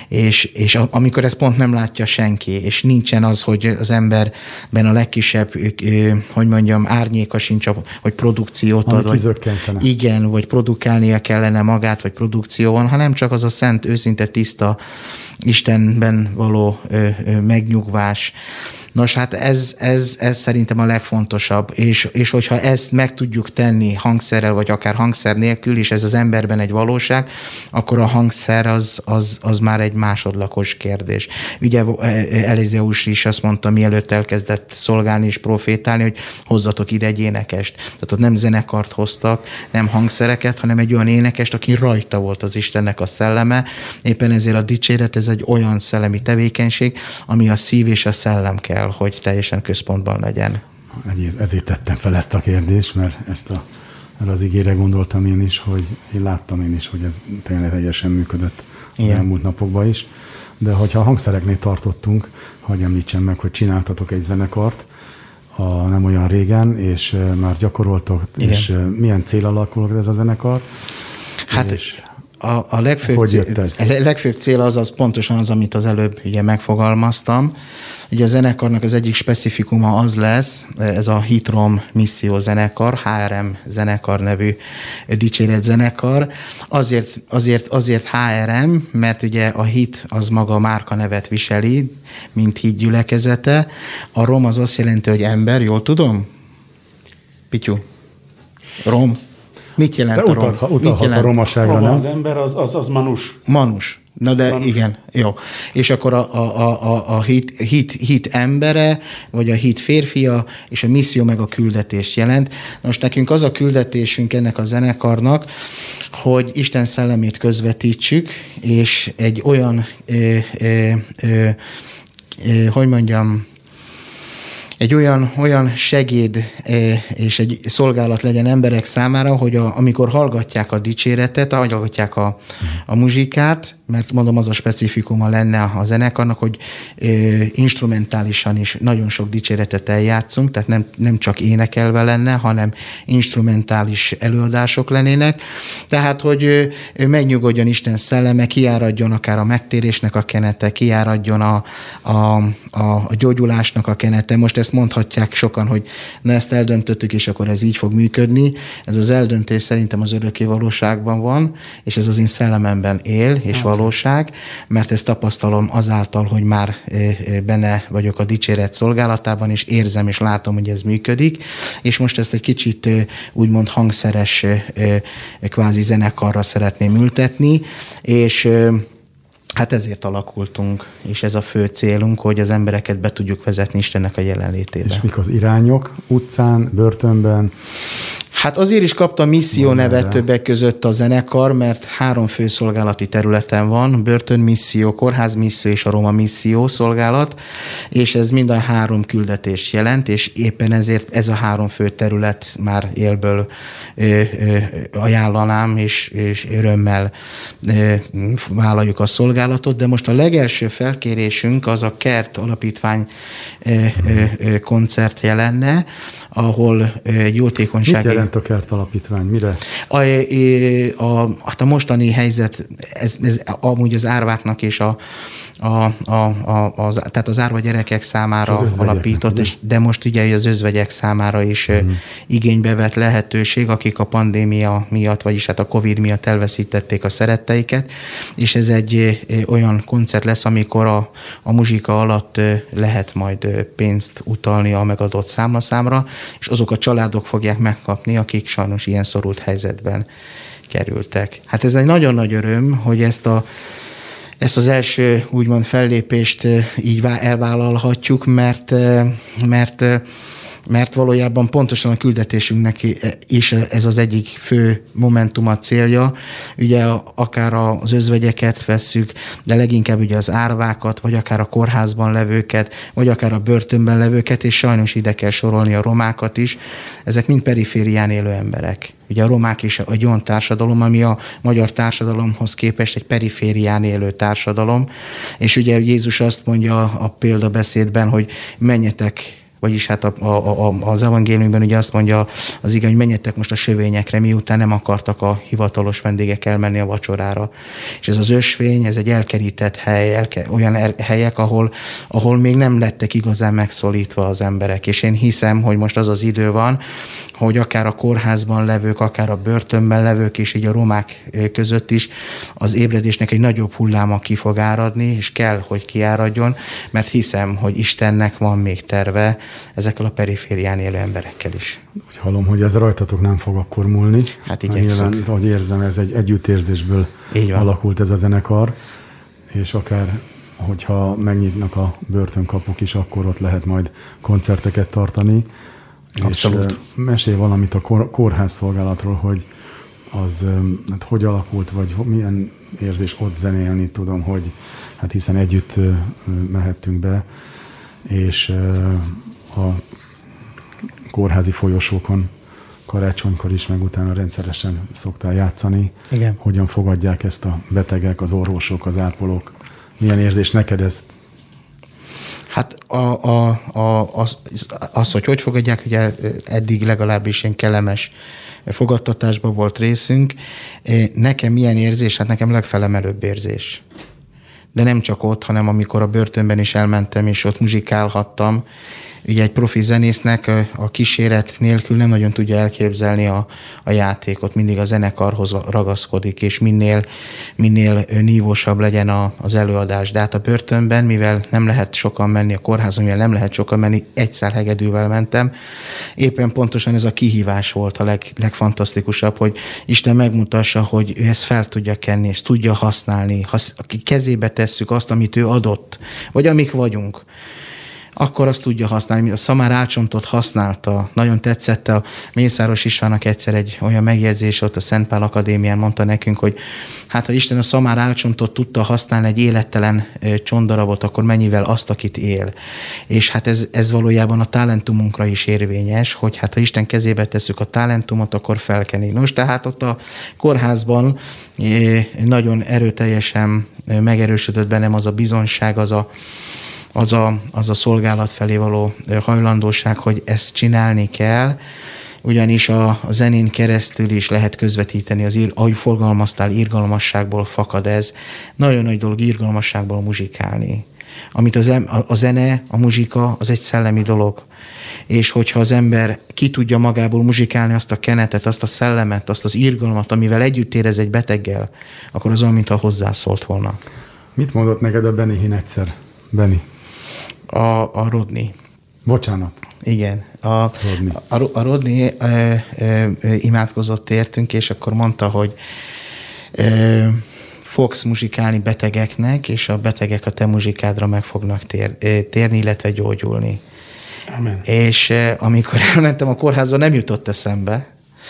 És amikor ezt pont nem látja senki, és nincsen az, hogy az emberben a legkisebb, hogy mondjam, árnyéka sincs, hogy produkciót ad. Igen, vagy produkálnia kellene magát, vagy produkció van, hanem csak az a szent, őszinte, tiszta Istenben való megnyugvás. Nos, hát ez szerintem a legfontosabb, és hogyha ezt meg tudjuk tenni hangszerrel, vagy akár hangszer nélkül, és ez az emberben egy valóság, akkor a hangszer az már egy másodlagos kérdés. Ugye Elizeus is azt mondta, mielőtt elkezdett szolgálni és profétálni, hogy hozzatok ide egy énekest. Tehát ott nem zenekart hoztak, nem hangszereket, hanem egy olyan énekest, aki rajta volt az Istennek a szelleme. Éppen ezért a dicséret, ez egy olyan szellemi tevékenység, ami a szív és a szellem kell, hogy teljesen központban legyen. Ezért tettem fel ezt a kérdést, mert erre az ígére gondoltam én is, hogy én láttam én is, hogy ez tényleg teljesen működött az elmúlt napokban is. De hogyha a hangszereknél tartottunk, hogy említsem meg, hogy csináltatok egy zenekart nem olyan régen, és már gyakoroltok, igen. És milyen cél alakult ez a zenekar? Hát a legfőbb cél az pontosan az, amit az előbb ugye megfogalmaztam. Ugye a zenekarnak az egyik specifikuma az lesz, ez a Hitrom Misszió zenekar, HRM zenekar nevű dicséret zenekar. Azért HRM, mert ugye a hit az maga a márka nevet viseli, mint hit gyülekezete. A rom az azt jelenti, hogy ember, jól tudom? Pityu? Rom? Mit jelent a rom? Utalhat a romaságra, nem? Az ember az manus. Manus. Na de manus. Igen, jó. És akkor a hit embere, vagy a hit férfia, és a misszió meg a küldetés jelent. Most nekünk az a küldetésünk ennek a zenekarnak, hogy Isten szellemét közvetítsük, és egy olyan, hogy mondjam, egy olyan segéd és egy szolgálat legyen emberek számára, hogy amikor hallgatják a dicséretet, hallgatják a muzsikát, mert mondom, az a specifikuma lenne a zenekarnak, hogy instrumentálisan is nagyon sok dicséretet eljátszunk, tehát nem csak énekelve lenne, hanem instrumentális előadások lennének. Tehát, hogy megnyugodjon Isten szelleme, kiáradjon akár a megtérésnek a kenete, kiáradjon a gyógyulásnak a kenete. Most ezt mondhatják sokan, hogy na ezt eldöntöttük, és akkor ez így fog működni. Ez az eldöntés szerintem az örökké valóságban van, és ez az én szellememben él, és valóság, mert ezt tapasztalom azáltal, hogy már benne vagyok a dicséret szolgálatában, és érzem, és látom, hogy ez működik, és most ezt egy kicsit úgymond hangszeres kvázi zenekarra szeretném ültetni, és hát ezért alakultunk, és ez a fő célunk, hogy az embereket be tudjuk vezetni Istennek a jelenlétébe. És mik az irányok? Utcán, börtönben? Hát azért is kapta misszió nevet többek között a zenekar, mert 3 fő szolgálati területen van, börtönmisszió, kórházmisszió és a roma misszió szolgálat, és ez mind a 3 küldetés jelent, és éppen ezért ez a 3 fő terület már élből ajánlanám, és örömmel vállaljuk a szolgálatot, de most a legelső felkérésünk az a Kert Alapítvány koncert jelenne, ahol jótékonysági... Mit jelent a Kert Alapítvány? Mire? A mostani helyzet, ez amúgy az árváknak és tehát az árva gyerekek számára alapított, de most ugye az özvegyek számára is igénybe vett lehetőség, akik a pandémia miatt, vagyis hát a Covid miatt elveszítették a szeretteiket, és ez egy olyan koncert lesz, amikor a muzsika alatt lehet majd pénzt utalni a megadott számlaszámra, és azok a családok fogják megkapni, akik sajnos ilyen szorult helyzetben kerültek. Hát ez egy nagyon nagy öröm, hogy ezt az első úgymond fellépést így elvállalhatjuk, mert valójában pontosan a küldetésünknek is ez az egyik fő momentuma, célja. Ugye akár az özvegyeket vesszük, de leginkább ugye az árvákat, vagy akár a kórházban levőket, vagy akár a börtönben levőket, és sajnos ide kell sorolni a romákat is. Ezek mind periférián élő emberek. Ugye a romák is egy olyan társadalom, ami a magyar társadalomhoz képest egy periférián élő társadalom, és ugye Jézus azt mondja a példabeszédben, hogy menjetek, vagyis hát az evangéliumban ugye azt mondja az ige, hogy menjetek most a sövényekre, miután nem akartak a hivatalos vendégek elmenni a vacsorára. És ez az ösvény, ez egy elkerített hely, olyan helyek, ahol még nem lettek igazán megszólítva az emberek. És én hiszem, hogy most az az idő van, hogy akár a kórházban levők, akár a börtönben levők, és így a romák között is az ébredésnek egy nagyobb hulláma ki fog áradni, és kell, hogy kiáradjon, mert hiszem, hogy Istennek van még terve ezekkel a periférián élő emberekkel is. Úgy hallom, hogy ez rajtatok nem fog akkor múlni. Hát igyekszünk. Ahogy érzem, ez egy együttérzésből alakult ez a zenekar, és akár, hogyha megnyitnak a börtönkapuk is, akkor ott lehet majd koncerteket tartani. Abszolút. És mesélj valamit a kórházszolgálatról, hogy az hát hogy alakult, vagy milyen érzés ott zenélni, tudom, hogy hát hiszen együtt mehettünk be, és a kórházi folyosókon karácsonykor is, meg utána rendszeresen szoktál játszani. Igen. Hogyan fogadják ezt a betegek, az orvosok, az ápolók? Milyen érzés neked ez? Hát az, hogy fogadják, ugye eddig legalábbis ilyen kellemes fogadtatásban volt részünk. Nekem milyen érzés? Hát nekem legfelemelőbb érzés. De nem csak ott, hanem amikor a börtönben is elmentem, és ott muzsikálhattam. Ugye egy profi zenésznek a kíséret nélkül nem nagyon tudja elképzelni a játékot, mindig a zenekarhoz ragaszkodik, és minél nívósabb legyen az előadás. De hát a börtönben, mivel nem lehet sokan menni, a kórházon, mivel nem lehet sokan menni, egy szál hegedűvel mentem. Éppen pontosan ez a kihívás volt a legfantasztikusabb, hogy Isten megmutassa, hogy ő ezt fel tudja kenni, és tudja használni. Ha kezébe tesszük azt, amit ő adott, vagy amik vagyunk, akkor azt tudja használni. A szamár álcsontot használta, nagyon tetszett a Mészáros Istvánnak egyszer egy olyan megjegyzés, ott a Szent Pál Akadémián mondta nekünk, hogy hát ha Isten a szamár álcsontot tudta használni egy élettelen csontdarabot, akkor mennyivel azt, akit él. És hát ez valójában a talentumunkra is érvényes, hogy hát ha Isten kezébe tesszük a talentumot, akkor felkeni. Nos, tehát ott a kórházban nagyon erőteljesen megerősödött bennem az a bizonyság, az a szolgálat felé való hajlandóság, hogy ezt csinálni kell, ugyanis a zenén keresztül is lehet közvetíteni, ahogy fogalmaztál, irgalmasságból fakad ez. Nagyon nagy dolog irgalmasságból muzsikálni. Amit a zene, a muzsika, az egy szellemi dolog. És hogyha az ember ki tudja magából muzsikálni azt a kenetet, azt a szellemet, azt az irgalmat, amivel együtt érez egy beteggel, akkor az olyan, mintha hozzászólt volna. Mit mondott neked a Benny Hinn egyszer? Benny? A Rodney. Bocsánat. Igen. Rodney. A Rodney imádkozott értünk, és akkor mondta, hogy fogsz muzsikálni betegeknek, és a betegek a te muzsikádra meg fognak térni, illetve gyógyulni. Amen. És amikor elmentem a kórházba, nem jutott eszembe,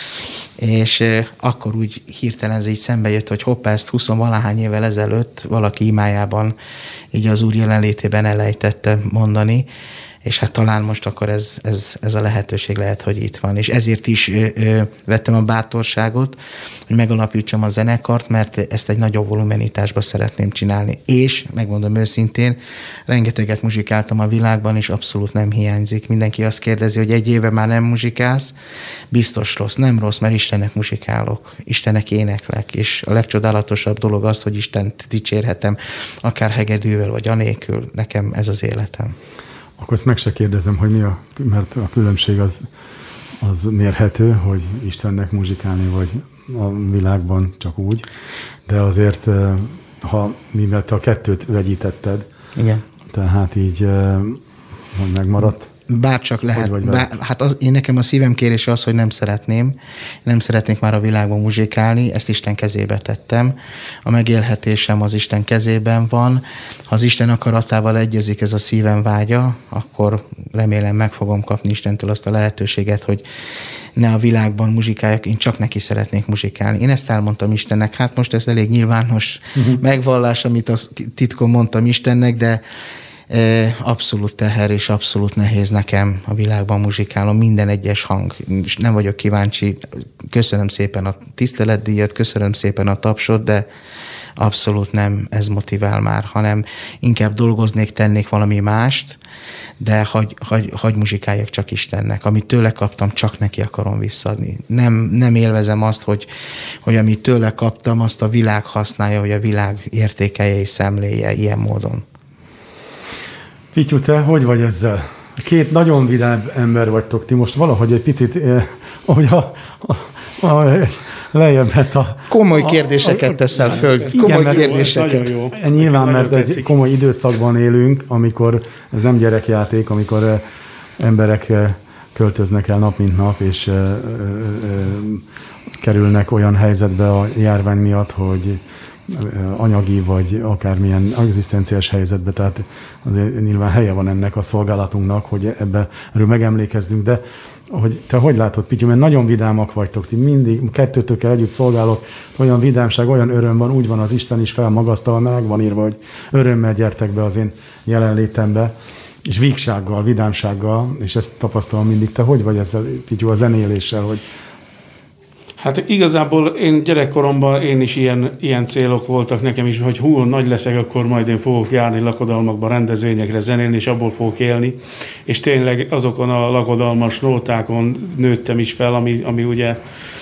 és akkor úgy hirtelen így szembe jött, hogy hoppá, ezt 20-valahány évvel ezelőtt valaki imájában így az Úr jelenlétében elejtette mondani, és hát talán most akkor ez a lehetőség lehet, hogy itt van. És ezért is vettem a bátorságot, hogy megalapítsam a zenekart, mert ezt egy nagyobb volumenitásba szeretném csinálni. És, megmondom őszintén, rengeteget muzsikáltam a világban, és abszolút nem hiányzik. Mindenki azt kérdezi, hogy egy éve már nem muzsikálsz. Biztos rossz. Nem rossz, mert Istennek muzsikálok. Istennek éneklek. És a legcsodálatosabb dolog az, hogy Istent dicsérhetem, akár hegedűvel, vagy anélkül. Nekem ez az életem. Akkor ezt meg se kérdezem, hogy mert a különbség az mérhető, hogy Istennek muzsikálni, vagy a világban csak úgy, de azért, mivel te a kettőt vegyítetted, igen. Tehát így megmaradt. Bárcsak lehet. Én nekem a szívem kérése az, hogy nem szeretnék már a világban muzsikálni, ezt Isten kezébe tettem. A megélhetésem az Isten kezében van. Ha az Isten akaratával egyezik ez a szívem vágya, akkor remélem meg fogom kapni Istentől azt a lehetőséget, hogy ne a világban muzsikáljak, én csak neki szeretnék muzsikálni. Én ezt elmondtam Istennek, hát most ez elég nyilvános megvallás, amit a titkon mondtam Istennek, de abszolút teher és abszolút nehéz nekem a világban muzsikálom, minden egyes hang. És nem vagyok kíváncsi, köszönöm szépen a tiszteletdíjat, köszönöm szépen a tapsot, de abszolút nem ez motivál már, hanem inkább dolgoznék, tennék valami mást, de hagy muzsikáljak csak Istennek. Amit tőle kaptam, csak neki akarom visszaadni. Nem élvezem azt, hogy amit tőle kaptam, azt a világ használja, hogy a világ értékelje és szemléje ilyen módon. Pityu, te hogy vagy ezzel? Két nagyon vidám ember vagytok ti. Most valahogy egy picit, ahogy lejjebb lett a... Komoly kérdéseket teszel föl. Komoly kérdéseket. Jó. Nyilván, mert egy komoly időszakban élünk, amikor ez nem gyerekjáték, amikor emberek költöznek el nap mint nap, és kerülnek olyan helyzetbe a járvány miatt, hogy anyagi vagy akármilyen egzisztenciális helyzetbe, tehát azért nyilván helye van ennek a szolgálatunknak, hogy erről megemlékezzünk, de te hogy látod, Pityu, mert nagyon vidámak vagytok, ti mindig kettőtökkel együtt szolgálok, olyan vidámság, olyan öröm van, úgy van az Isten is felmagasztalva, meg van írva, hogy örömmel gyertek be az én jelenlétembe, és vígsággal, vidámsággal, és ezt tapasztalom mindig. Te hogy vagy ezzel, Pityu, a zenéléssel, hogy Hát igazából én gyerekkoromban én is ilyen célok voltak nekem is, hogy nagy leszek, akkor majd én fogok járni lakodalmakba, rendezvényekre zenélni, és abból fogok élni. És tényleg azokon a lakodalmas nótákon nőttem is fel, ami ugye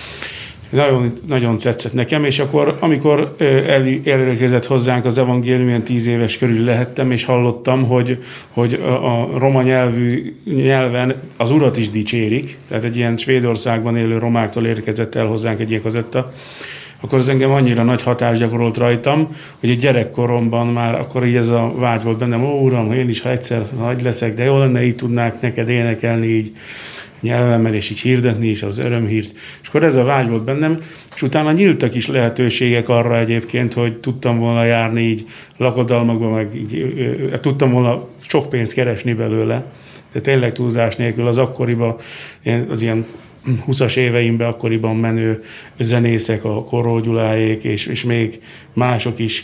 nagyon, nagyon tetszett nekem, és akkor, amikor elérkezett hozzánk az evangélium, ilyen 10 éves körül lehettem, és hallottam, hogy a roma nyelven az Urat is dicsérik, tehát egy ilyen Svédországban élő romáktól érkezett el hozzánk egy ilyen kazetta, akkor az engem annyira nagy hatást gyakorolt rajtam, hogy egy gyerekkoromban már akkor így ez a vágy volt bennem, ó Uram, én is ha egyszer nagy leszek, de jó lenne, így tudnák neked énekelni így nyelvemmel, és így hirdetni is az örömhírt. És akkor ez a vágy volt bennem, és utána nyíltak is lehetőségek arra egyébként, hogy tudtam volna járni így lakodalmakba, meg így, tudtam volna sok pénzt keresni belőle, de tényleg túlzás nélkül az akkoriban, az ilyen 20-as éveimben akkoriban menő zenészek, a Korró Gyuláék, és még mások is,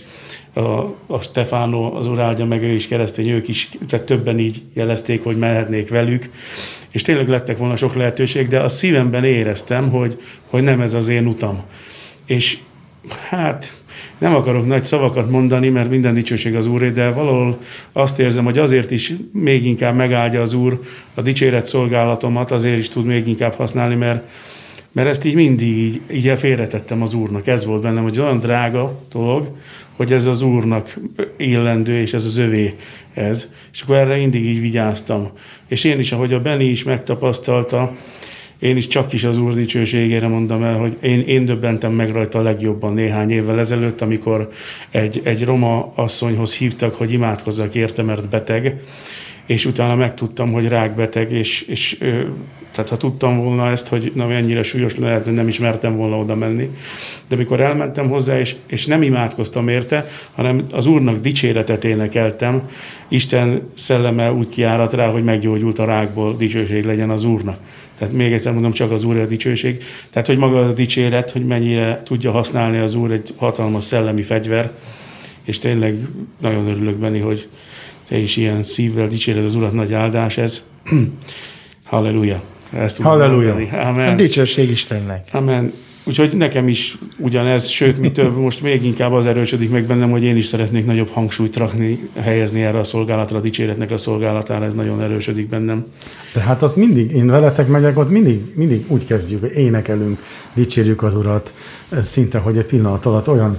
a Stefano, az uráldja meg, ő is keresztény, ők is, tehát többen így jelezték, hogy mehetnék velük, és tényleg lettek volna sok lehetőség, de a szívemben éreztem, hogy nem ez az én utam. És hát nem akarok nagy szavakat mondani, mert minden dicsőség az Úré, de valahol azt érzem, hogy azért is még inkább megáldja az Úr a dicséret szolgálatomat, azért is tud még inkább használni, mert ezt így mindig így félretettem az Úrnak. Ez volt bennem, hogy olyan drága dolog, hogy ez az Úrnak illendő, és ez az övé ez. És akkor erre mindig így vigyáztam. És én is, ahogy a Benni is megtapasztalta, én is csak is az Úr dicsőségére mondom el, hogy én döbbentem meg rajta a legjobban néhány évvel ezelőtt, amikor egy roma asszonyhoz hívtak, hogy imádkozzak érte, mert beteg, és utána megtudtam, hogy rákbeteg, és tehát ha tudtam volna ezt, hogy mennyire súlyos lehet, nem is mertem volna oda menni. De amikor elmentem hozzá, és nem imádkoztam érte, hanem az Úrnak dicséretet énekeltem, Isten szelleme úgy kiárat rá, hogy meggyógyult a rákból, dicsőség legyen az Úrnak. Tehát még egyszer mondom, csak az Úr a dicsőség. Tehát, hogy maga a dicséret, hogy mennyire tudja használni az Úr egy hatalmas szellemi fegyver, és tényleg nagyon örülök benne, hogy te is ilyen szívvel dicséred az Urat, nagy áldás ez. Halleluja. Ezt tudom mondani. Amen. A dicsőség Istennek. Amen. Úgyhogy nekem is ugyanez, sőt, mi több, most még inkább az erősödik meg bennem, hogy én is szeretnék nagyobb hangsúlyt helyezni erre a szolgálatra, a dicséretnek a szolgálatára, ez nagyon erősödik bennem. Tehát azt mindig, én veletek megyek, ott mindig úgy kezdjük, hogy énekelünk, dicsérjük az Urat, szinte, hogy egy pillanat alatt olyan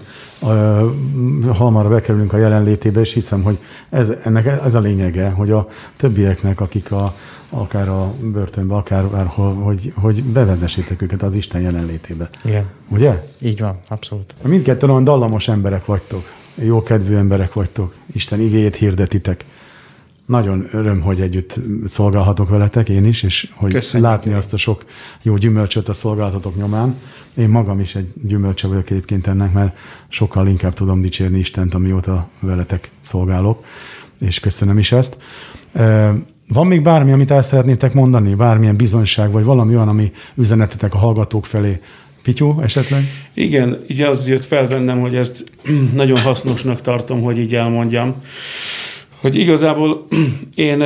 hamar bekerülünk a jelenlétébe, és hiszem, hogy ennek ez a lényege, hogy a többieknek, akik akár a börtönbe, akár hogy bevezessétek őket az Isten jelenlétébe. Igen. Ugye? Így van, abszolút. Mindketten olyan dallamos emberek vagytok, jókedvű emberek vagytok, Isten igéjét hirdetitek. Nagyon öröm, hogy együtt szolgálhatok veletek, én is, és hogy köszönjük, látni azt a sok jó gyümölcsöt a szolgáltatok nyomán. Én magam is egy gyümölcse vagyok egyébként ennek, mert sokkal inkább tudom dicsérni Istent, amióta veletek szolgálok, és köszönöm is ezt. Van még bármi, amit el szeretnétek mondani? Bármilyen bizonyság, vagy valami olyan, ami üzenetetek a hallgatók felé? Pityu, esetleg? Igen, így az jött fel bennem, hogy ezt nagyon hasznosnak tartom, hogy így elmondjam, hogy igazából én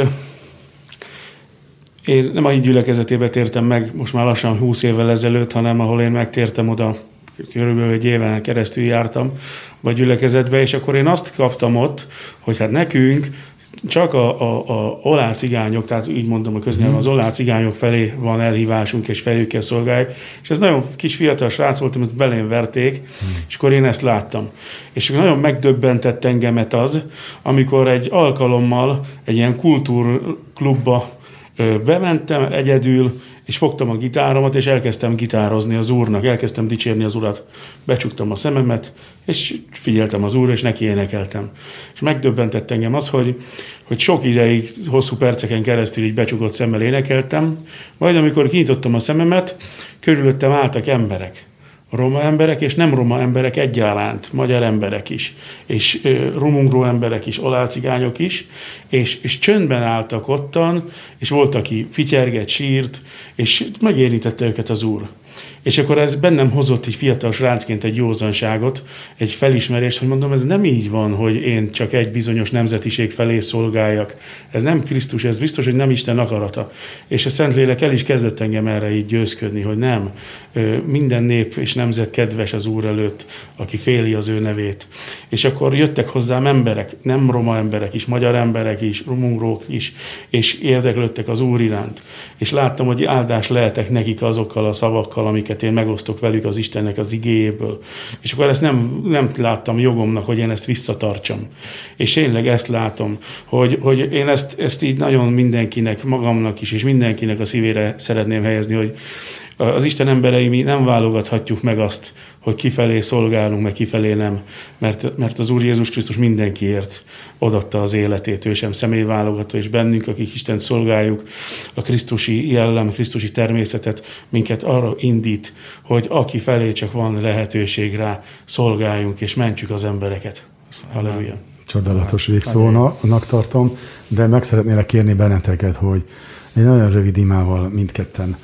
nem a híd gyülekezetébe tértem meg most már lassan 20 évvel ezelőtt, hanem ahol én megtértem oda, körülbelül egy éven keresztül jártam a gyülekezetbe, és akkor én azt kaptam ott, hogy hát nekünk csak a olá cigányok, tehát így mondom a köznyelven, az olá cigányok felé van elhívásunk, és felük kell szolgáljuk. És ez nagyon kis fiatal srác voltam, ezt belém verték, és akkor én ezt láttam. És nagyon megdöbbentett engemet az, amikor egy alkalommal egy ilyen kultúrklubba bementem egyedül, és fogtam a gitáromat, és elkezdtem gitározni az Úrnak, elkezdtem dicsérni az Urat. Becsuktam a szememet, és figyeltem az Úrra, és neki énekeltem. És megdöbbentett engem az, hogy sok ideig, hosszú perceken keresztül így becsukott szemmel énekeltem, majd amikor kinyitottam a szememet, körülöttem álltak emberek. Roma emberek, és nem roma emberek egyaránt, magyar emberek is, és rumungró emberek is, olácigányok is, és csöndben álltak ottan, és volt, aki fityerget, sírt, és megérintette őket az Úr. És akkor ez bennem hozott egy fiatal srácként egy józanságot, egy felismerést, hogy mondom, ez nem így van, hogy én csak egy bizonyos nemzetiség felé szolgáljak. Ez nem Krisztus, ez biztos, hogy nem Isten akarata. És a Szentlélek el is kezdett engem erre így győzködni, hogy nem. Minden nép és nemzet kedves az Úr előtt, aki féli az ő nevét. És akkor jöttek hozzám emberek, nem roma emberek is, magyar emberek is, romungrók is, és érdeklődtek az Úr iránt. És láttam, hogy áldás lehetek nekik azokkal a szavakkal, amiket én megosztok velük az Istennek az igéjéből. És akkor ezt nem láttam jogomnak, hogy én ezt visszatartsam. És tényleg ezt látom, hogy én ezt így nagyon mindenkinek, magamnak is, és mindenkinek a szívére szeretném helyezni, hogy az Isten emberei, mi nem válogathatjuk meg azt, hogy kifelé szolgálunk, meg kifelé nem, mert az Úr Jézus Krisztus mindenkiért odatta az életét, ő sem személyválogató, és bennünk, akik Istent szolgáljuk, a krisztusi jellem, a krisztusi természetet minket arra indít, hogy aki felé csak van lehetőség rá, szolgáljunk és mentsük az embereket. Halleluja. Csodálatos végszónak tartom, de meg szeretnélek kérni benneteket, hogy egy nagyon rövid imával mindketten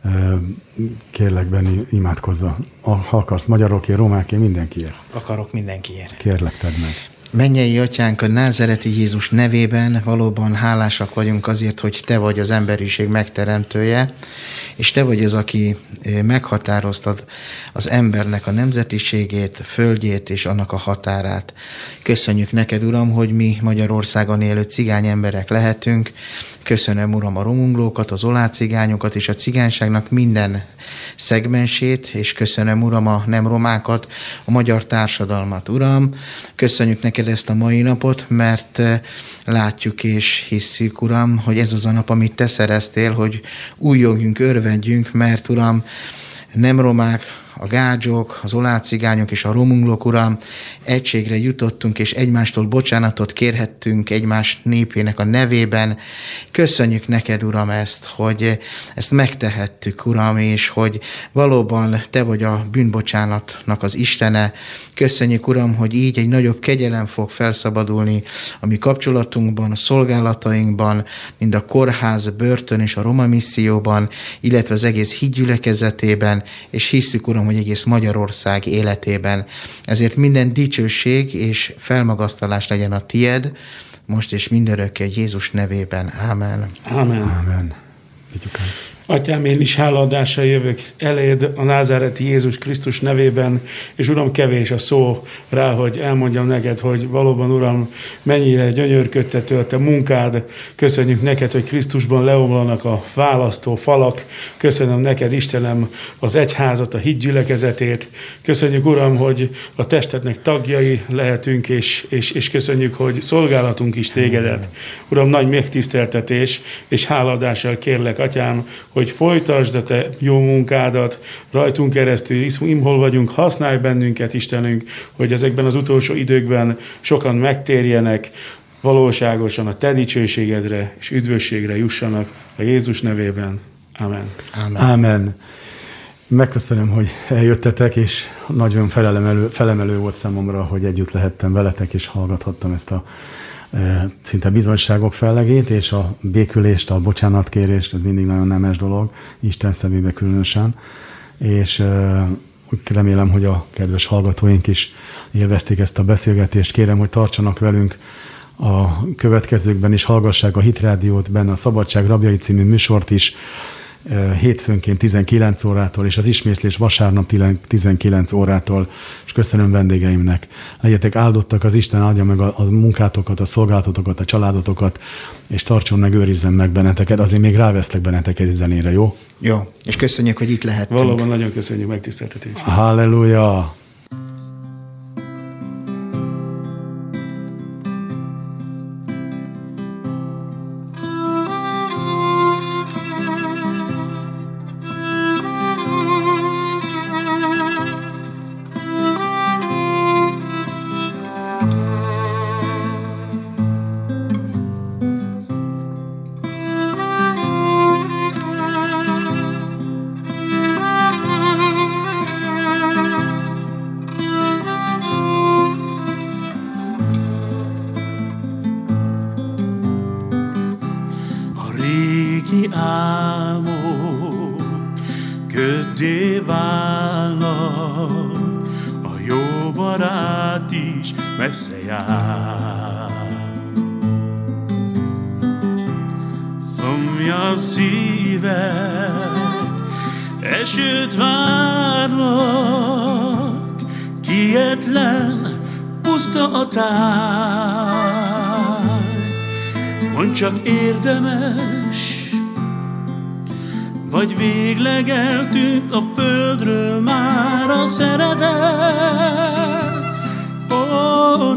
kérlek, Benni, imádkozza. Ha akarsz, magyarokért, romákért, mindenkiért. Akarok mindenkiért. Kérlek, tedd meg. Mennyei Atyánk, a názereti Jézus nevében valóban hálásak vagyunk azért, hogy Te vagy az emberiség megteremtője, és Te vagy az, aki meghatároztad az embernek a nemzetiségét, földjét és annak a határát. Köszönjük neked, Uram, hogy mi Magyarországon élő cigány emberek lehetünk. Köszönöm, Uram, a romunglókat, az olácigányokat és a cigányságnak minden szegmensét, és köszönöm, Uram, a nem romákat, a magyar társadalmat. Uram, köszönjük neked ezt a mai napot, mert látjuk és hisszük, Uram, hogy ez az a nap, amit Te szereztél, hogy újjongjunk, örvendjünk, mert, Uram, nem romák, a gádzsok, az olácigányok és a romunglók, Uram, egységre jutottunk, és egymástól bocsánatot kérhettünk egymás népének a nevében. Köszönjük neked, Uram, ezt, hogy ezt megtehettük, Uram, és hogy valóban Te vagy a bűnbocsánatnak az Istene. Köszönjük, Uram, hogy így egy nagyobb kegyelem fog felszabadulni a mi kapcsolatunkban, a szolgálatainkban, mind a kórház, börtön és a roma misszióban, illetve az egész hídgyülekezetében, és hisszük, Uram, hogy egész Magyarország életében. Ezért minden dicsőség és felmagasztalás legyen a Tied, most és mindörökké Jézus nevében. Ámen. Amen. Ámen. Atyám, én is hálaadással jövök eléd a názáreti Jézus Krisztus nevében, és Uram, kevés a szó rá, hogy elmondjam neked, hogy valóban, Uram, mennyire gyönyörködtető a Te munkád. Köszönjük neked, hogy Krisztusban leomlanak a választó falak. Köszönöm neked, Istenem, az egyházat, a hídgyülekezetét. Köszönjük, Uram, hogy a testednek tagjai lehetünk, és köszönjük, hogy szolgálatunk is tégedet. Uram, nagy megtiszteltetés, és hálaadással kérlek, Atyám, hogy folytasd a Te jó munkádat, rajtunk keresztül, imhol vagyunk, használj bennünket, Istenünk, hogy ezekben az utolsó időkben sokan megtérjenek, valóságosan a Te dicsőségedre és üdvösségre jussanak a Jézus nevében. Amen. Amen. Ámen. Megköszönöm, hogy eljöttetek, és nagyon felemelő volt számomra, hogy együtt lehettem veletek, és hallgathattam ezt a szinte bizonyságok fellegét, és a békülést, a bocsánatkérést, ez mindig nagyon nemes dolog, Isten szemébe különösen, és remélem, hogy a kedves hallgatóink is élvezték ezt a beszélgetést. Kérem, hogy tartsanak velünk a következőkben is, hallgassák a Hit Rádiót, benne a Szabadság Rabjai című műsort is, hétfőnként 19 órától, és az ismétlés vasárnap 19 órától, és köszönöm vendégeimnek. Legyetek áldottak, az Isten adja meg a munkátokat, a szolgálatokat, a családotokat, és tartson meg, őrizzen meg benneteket. Azért még ráveszlek benneteket egy zenére, jó? Jó, és köszönjük, hogy itt lehettünk. Valóban nagyon köszönjük, megtiszteltetés. Halleluja! köddé válnak, a jó barát is messze jár. Szomjas szívek esőt várnak, kietlen, puszta a táj. Mondd csak, érdemes, vagy végleg eltűnt a földről már a szeretet? Ó,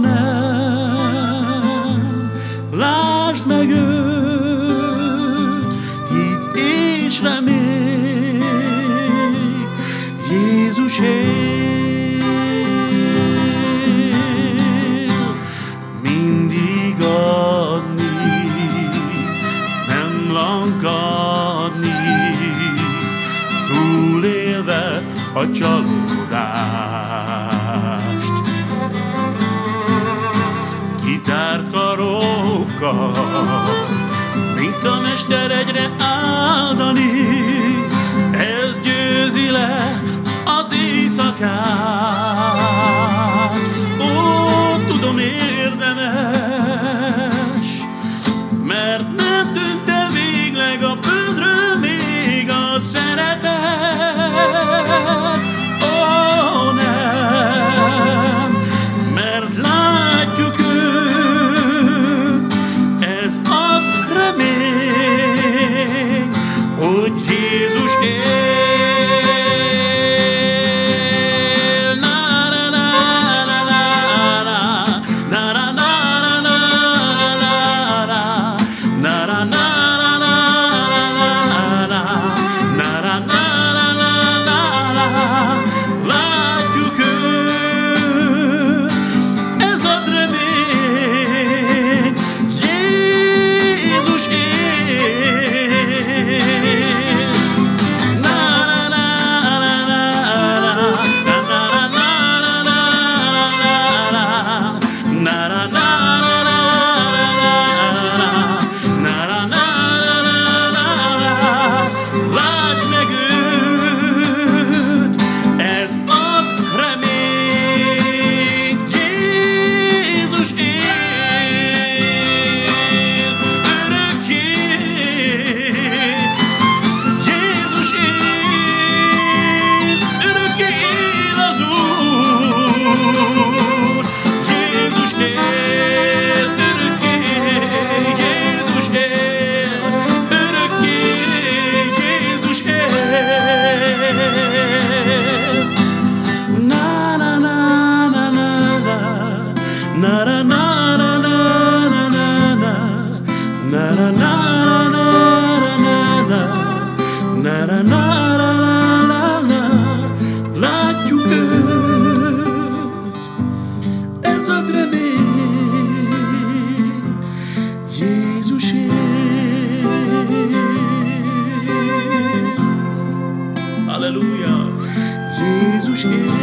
nem, lásd meg őt, hidd és remély, Jézus él, mindig adni, nem lankadni, túlélve a csalódást. Kitárt karokkal, mint a mester egyre áldani, ez győzi le az éjszakát. Ó, tudom, érdemes, mert nem tűnt el végleg a földről még a szeretet. Ó, nem, mert látjuk őt, ez ad remény, hogy Jézus él. Látjuk őt, ez ad remény, Jézus él. Halleluja, Jézus él.